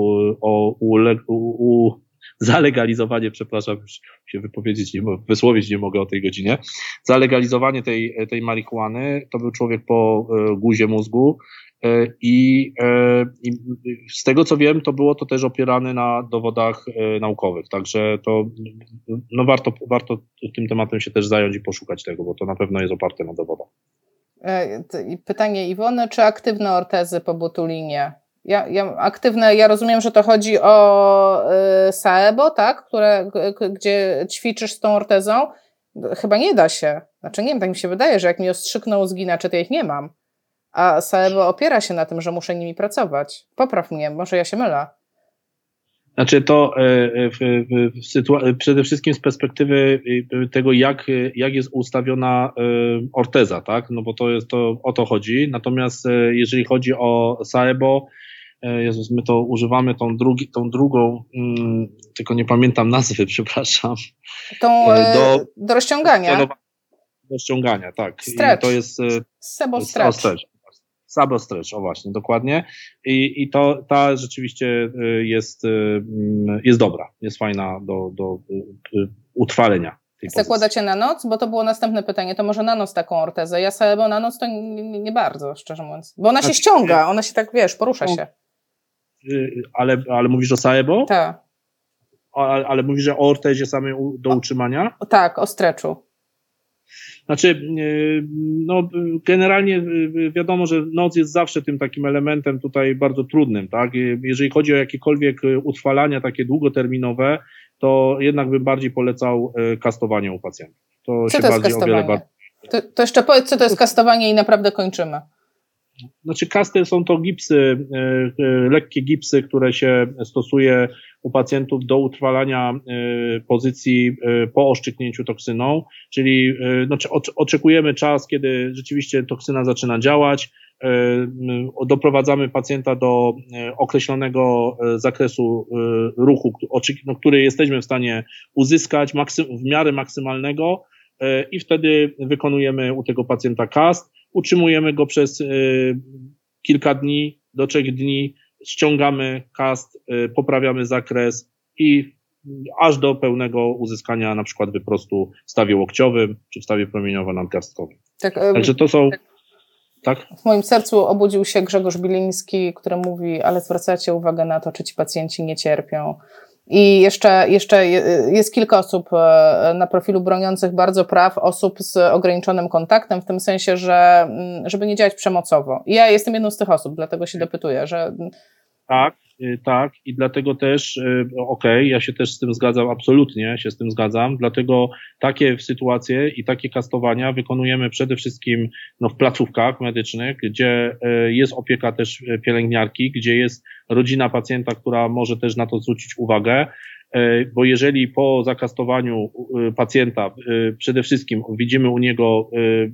o zalegalizowanie, przepraszam, już się wysłowić nie mogę o tej godzinie, zalegalizowanie tej marihuany. To był człowiek po guzie mózgu. I z tego co wiem, to też opierane na dowodach naukowych, także to no warto tym tematem się też zająć i poszukać tego, bo to na pewno jest oparte na dowodach. Pytanie Iwony, czy aktywne ortezy po botulinie? Aktywne, ja rozumiem, że to chodzi o Saebo, tak? Gdzie ćwiczysz z tą ortezą? Chyba nie da się. Znaczy nie wiem, tak mi się wydaje, że jak mi ostrzyknął zginacze, to ja ich nie mam. A Saebo opiera się na tym, że muszę nimi pracować. Popraw mnie, może ja się mylę. Znaczy to przede wszystkim z perspektywy tego, jak jest ustawiona orteza, tak? No bo to o to chodzi. Natomiast jeżeli chodzi o Saebo, Jezus, my to używamy tą drugą, tylko nie pamiętam nazwy, przepraszam. Do rozciągania. Do ściągania, tak. Stretch. I to jest Sebo Stretch. Sabo Stretch, o właśnie, dokładnie. I ta rzeczywiście jest dobra, jest fajna do utrwalenia. Zakładacie na noc? Bo to było następne pytanie. To może na noc taką ortezę. Ja Saebo na noc to nie bardzo, szczerze mówiąc. Bo ona się ściąga, ona się tak, porusza się. Ale mówisz o Saebo? Tak. Ale mówisz, że o ortezie samej do utrzymania? Tak, o stretchu. Znaczy, no generalnie wiadomo, że noc jest zawsze tym takim elementem tutaj bardzo trudnym, tak? Jeżeli chodzi o jakiekolwiek utrwalania takie długoterminowe, to jednak bym bardziej polecał kastowanie u pacjentów. Co to jest kastowanie? To jeszcze powiedz, co to jest kastowanie i naprawdę kończymy. Znaczy kasty są to gipsy, lekkie gipsy, które się stosuje u pacjentów do utrwalania pozycji po oszczyknięciu toksyną, czyli oczekujemy czas, kiedy rzeczywiście toksyna zaczyna działać, doprowadzamy pacjenta do określonego zakresu ruchu, który jesteśmy w stanie uzyskać w miarę maksymalnego i wtedy wykonujemy u tego pacjenta kast. Utrzymujemy go przez kilka dni do 3 dni, ściągamy kast, poprawiamy zakres i aż do pełnego uzyskania na przykład wyprostu w stawie łokciowym czy w stawie promieniowo-nadgarstkowym. Także to są... Tak? W moim sercu obudził się Grzegorz Biliński, który mówi, ale zwracacie uwagę na to, czy ci pacjenci nie cierpią. I jeszcze jest kilka osób na profilu broniących bardzo praw osób z ograniczonym kontaktem, w tym sensie, że żeby nie działać przemocowo. I ja jestem jedną z tych osób, dlatego się dopytuję, że... Tak i dlatego też, ja się też z tym zgadzam, absolutnie się z tym zgadzam, dlatego takie sytuacje i takie kastowania wykonujemy przede wszystkim w placówkach medycznych, gdzie jest opieka też pielęgniarki, gdzie jest rodzina pacjenta, która może też na to zwrócić uwagę, bo jeżeli po zakastowaniu pacjenta przede wszystkim widzimy u niego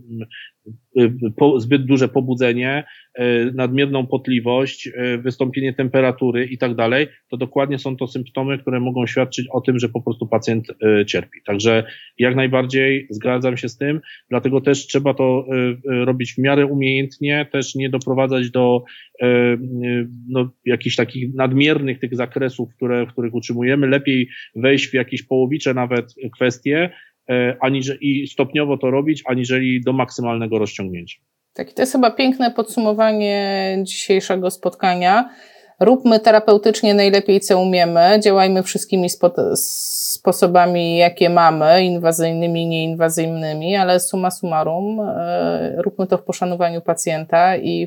zbyt duże pobudzenie, nadmierną potliwość, wystąpienie temperatury i tak dalej, to dokładnie są to symptomy, które mogą świadczyć o tym, że po prostu pacjent cierpi. Także jak najbardziej zgadzam się z tym, dlatego też trzeba to robić w miarę umiejętnie, też nie doprowadzać do jakichś takich nadmiernych tych zakresów, w których utrzymujemy. Lepiej wejść w jakieś połowicze nawet kwestie, i stopniowo to robić, aniżeli do maksymalnego rozciągnięcia. Tak, to jest chyba piękne podsumowanie dzisiejszego spotkania. Róbmy terapeutycznie najlepiej, co umiemy, działajmy wszystkimi sposobami, jakie mamy, inwazyjnymi, nieinwazyjnymi, ale summa summarum róbmy to w poszanowaniu pacjenta i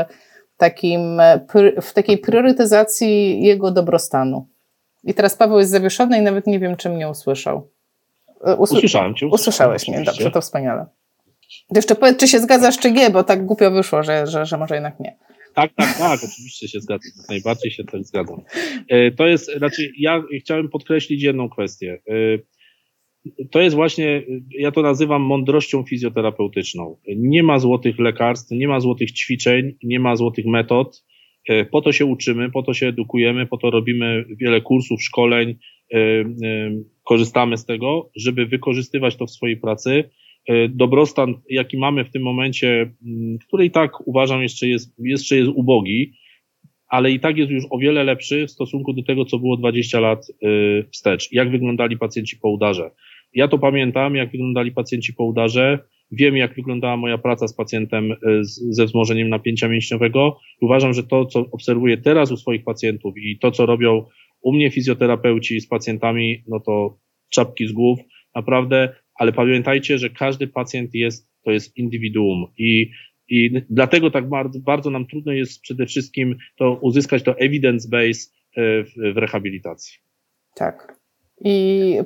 w takiej priorytetyzacji jego dobrostanu. I teraz Paweł jest zawieszony i nawet nie wiem, czy mnie usłyszał. Usłyszałem cię. Usłyszałeś mnie, dobrze, to wspaniale. To jeszcze powiedz, czy się zgadzasz, czy nie, bo tak głupio wyszło, że może jednak nie. Tak, oczywiście się zgadzam, najbardziej się tak zgadzam. To jest, ja chciałem podkreślić jedną kwestię. To jest właśnie, ja to nazywam mądrością fizjoterapeutyczną. Nie ma złotych lekarstw, nie ma złotych ćwiczeń, nie ma złotych metod. Po to się uczymy, po to się edukujemy, po to robimy wiele kursów, szkoleń, korzystamy z tego, żeby wykorzystywać to w swojej pracy. Dobrostan, jaki mamy w tym momencie, który i tak uważam jeszcze jest ubogi, ale i tak jest już o wiele lepszy w stosunku do tego, co było 20 lat wstecz. Jak wyglądali pacjenci po udarze. Ja to pamiętam, jak wyglądali pacjenci po udarze. Wiem, jak wyglądała moja praca z pacjentem ze wzmożeniem napięcia mięśniowego. Uważam, że to, co obserwuję teraz u swoich pacjentów i to, co robią u mnie fizjoterapeuci z pacjentami, no to czapki z głów, naprawdę, ale pamiętajcie, że każdy pacjent to jest indywiduum i dlatego tak bardzo nam trudno jest przede wszystkim to uzyskać to evidence base w rehabilitacji. Tak. I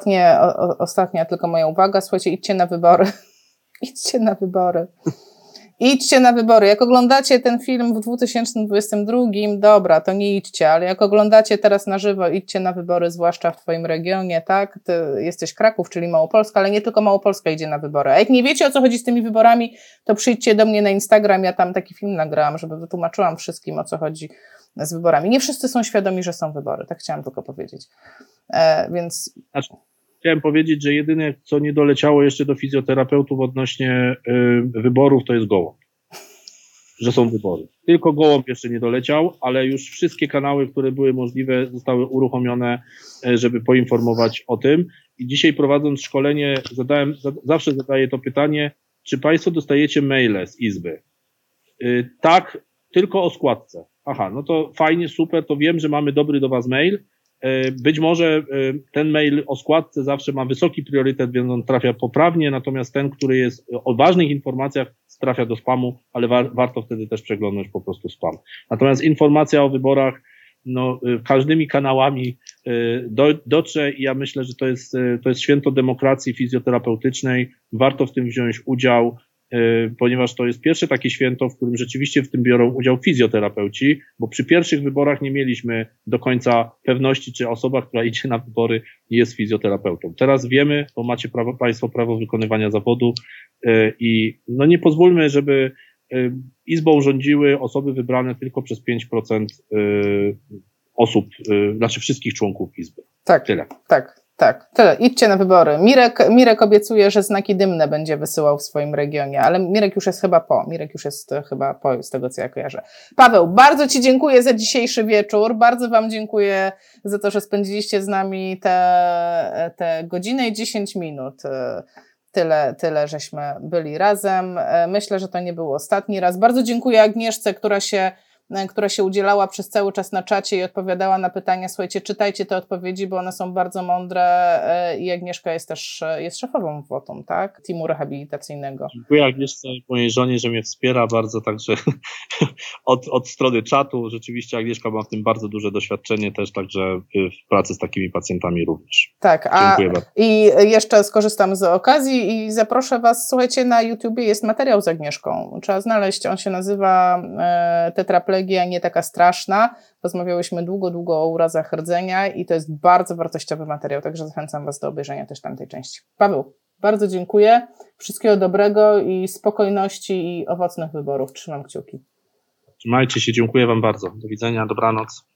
ostatnia tylko moja uwaga, słuchajcie, idźcie na wybory. Idźcie na wybory. Idźcie na wybory. Jak oglądacie ten film w 2022, dobra, to nie idźcie, ale jak oglądacie teraz na żywo, idźcie na wybory, zwłaszcza w twoim regionie, tak? Ty jesteś Kraków, czyli Małopolska, ale nie tylko Małopolska idzie na wybory. A jak nie wiecie, o co chodzi z tymi wyborami, to przyjdźcie do mnie na Instagram, ja tam taki film nagrałam, żeby wytłumaczyłam wszystkim, o co chodzi z wyborami. Nie wszyscy są świadomi, że są wybory, tak chciałam tylko powiedzieć. Więc... Chciałem powiedzieć, że jedyne, co nie doleciało jeszcze do fizjoterapeutów odnośnie wyborów, to jest gołąb. Że są wybory. Tylko gołąb jeszcze nie doleciał, ale już wszystkie kanały, które były możliwe, zostały uruchomione, żeby poinformować o tym. I dzisiaj prowadząc szkolenie, zawsze zadaję to pytanie, czy Państwo dostajecie maile z Izby? Tak, tylko o składce. Aha, no to fajnie, super, to wiem, że mamy dobry do Was mail. Być może ten mail o składce zawsze ma wysoki priorytet, więc on trafia poprawnie, natomiast ten, który jest o ważnych informacjach, trafia do spamu, ale warto wtedy też przeglądnąć po prostu spam. Natomiast informacja o wyborach, no, każdymi kanałami dotrze i ja myślę, że to jest święto demokracji fizjoterapeutycznej. Warto w tym wziąć udział, ponieważ to jest pierwsze takie święto, w którym rzeczywiście w tym biorą udział fizjoterapeuci, bo przy pierwszych wyborach nie mieliśmy do końca pewności, czy osoba, która idzie na wybory, jest fizjoterapeutą. Teraz wiemy, bo macie Państwo prawo wykonywania zawodu i no nie pozwólmy, żeby Izbą rządziły osoby wybrane tylko przez 5% osób, znaczy wszystkich członków Izby. Tak, tyle. Tak, tyle. Idźcie na wybory. Mirek obiecuje, że znaki dymne będzie wysyłał w swoim regionie, ale Mirek już jest chyba po, z tego co ja kojarzę. Paweł, bardzo Ci dziękuję za dzisiejszy wieczór, bardzo Wam dziękuję za to, że spędziliście z nami te godzinę i 10 minut. Tyle, żeśmy byli razem. Myślę, że to nie był ostatni raz. Bardzo dziękuję Agnieszce, która się udzielała przez cały czas na czacie i odpowiadała na pytania. Słuchajcie, czytajcie te odpowiedzi, bo one są bardzo mądre i Agnieszka jest szefową WOTUM, tak? Teamu rehabilitacyjnego. Dziękuję Agnieszce, mojej żonie, że mnie wspiera bardzo, także od strony czatu. Rzeczywiście Agnieszka ma w tym bardzo duże doświadczenie też, także w pracy z takimi pacjentami również. Tak, dziękuję bardzo. I jeszcze skorzystam z okazji i zaproszę Was, słuchajcie, na YouTubie jest materiał z Agnieszką. Trzeba znaleźć, on się nazywa Tetraplegia nie taka straszna. Rozmawiałyśmy długo o urazach rdzenia i to jest bardzo wartościowy materiał, także zachęcam Was do obejrzenia też tamtej części. Paweł, bardzo dziękuję. Wszystkiego dobrego i spokojności i owocnych wyborów. Trzymam kciuki. Trzymajcie się, dziękuję Wam bardzo. Do widzenia, dobranoc.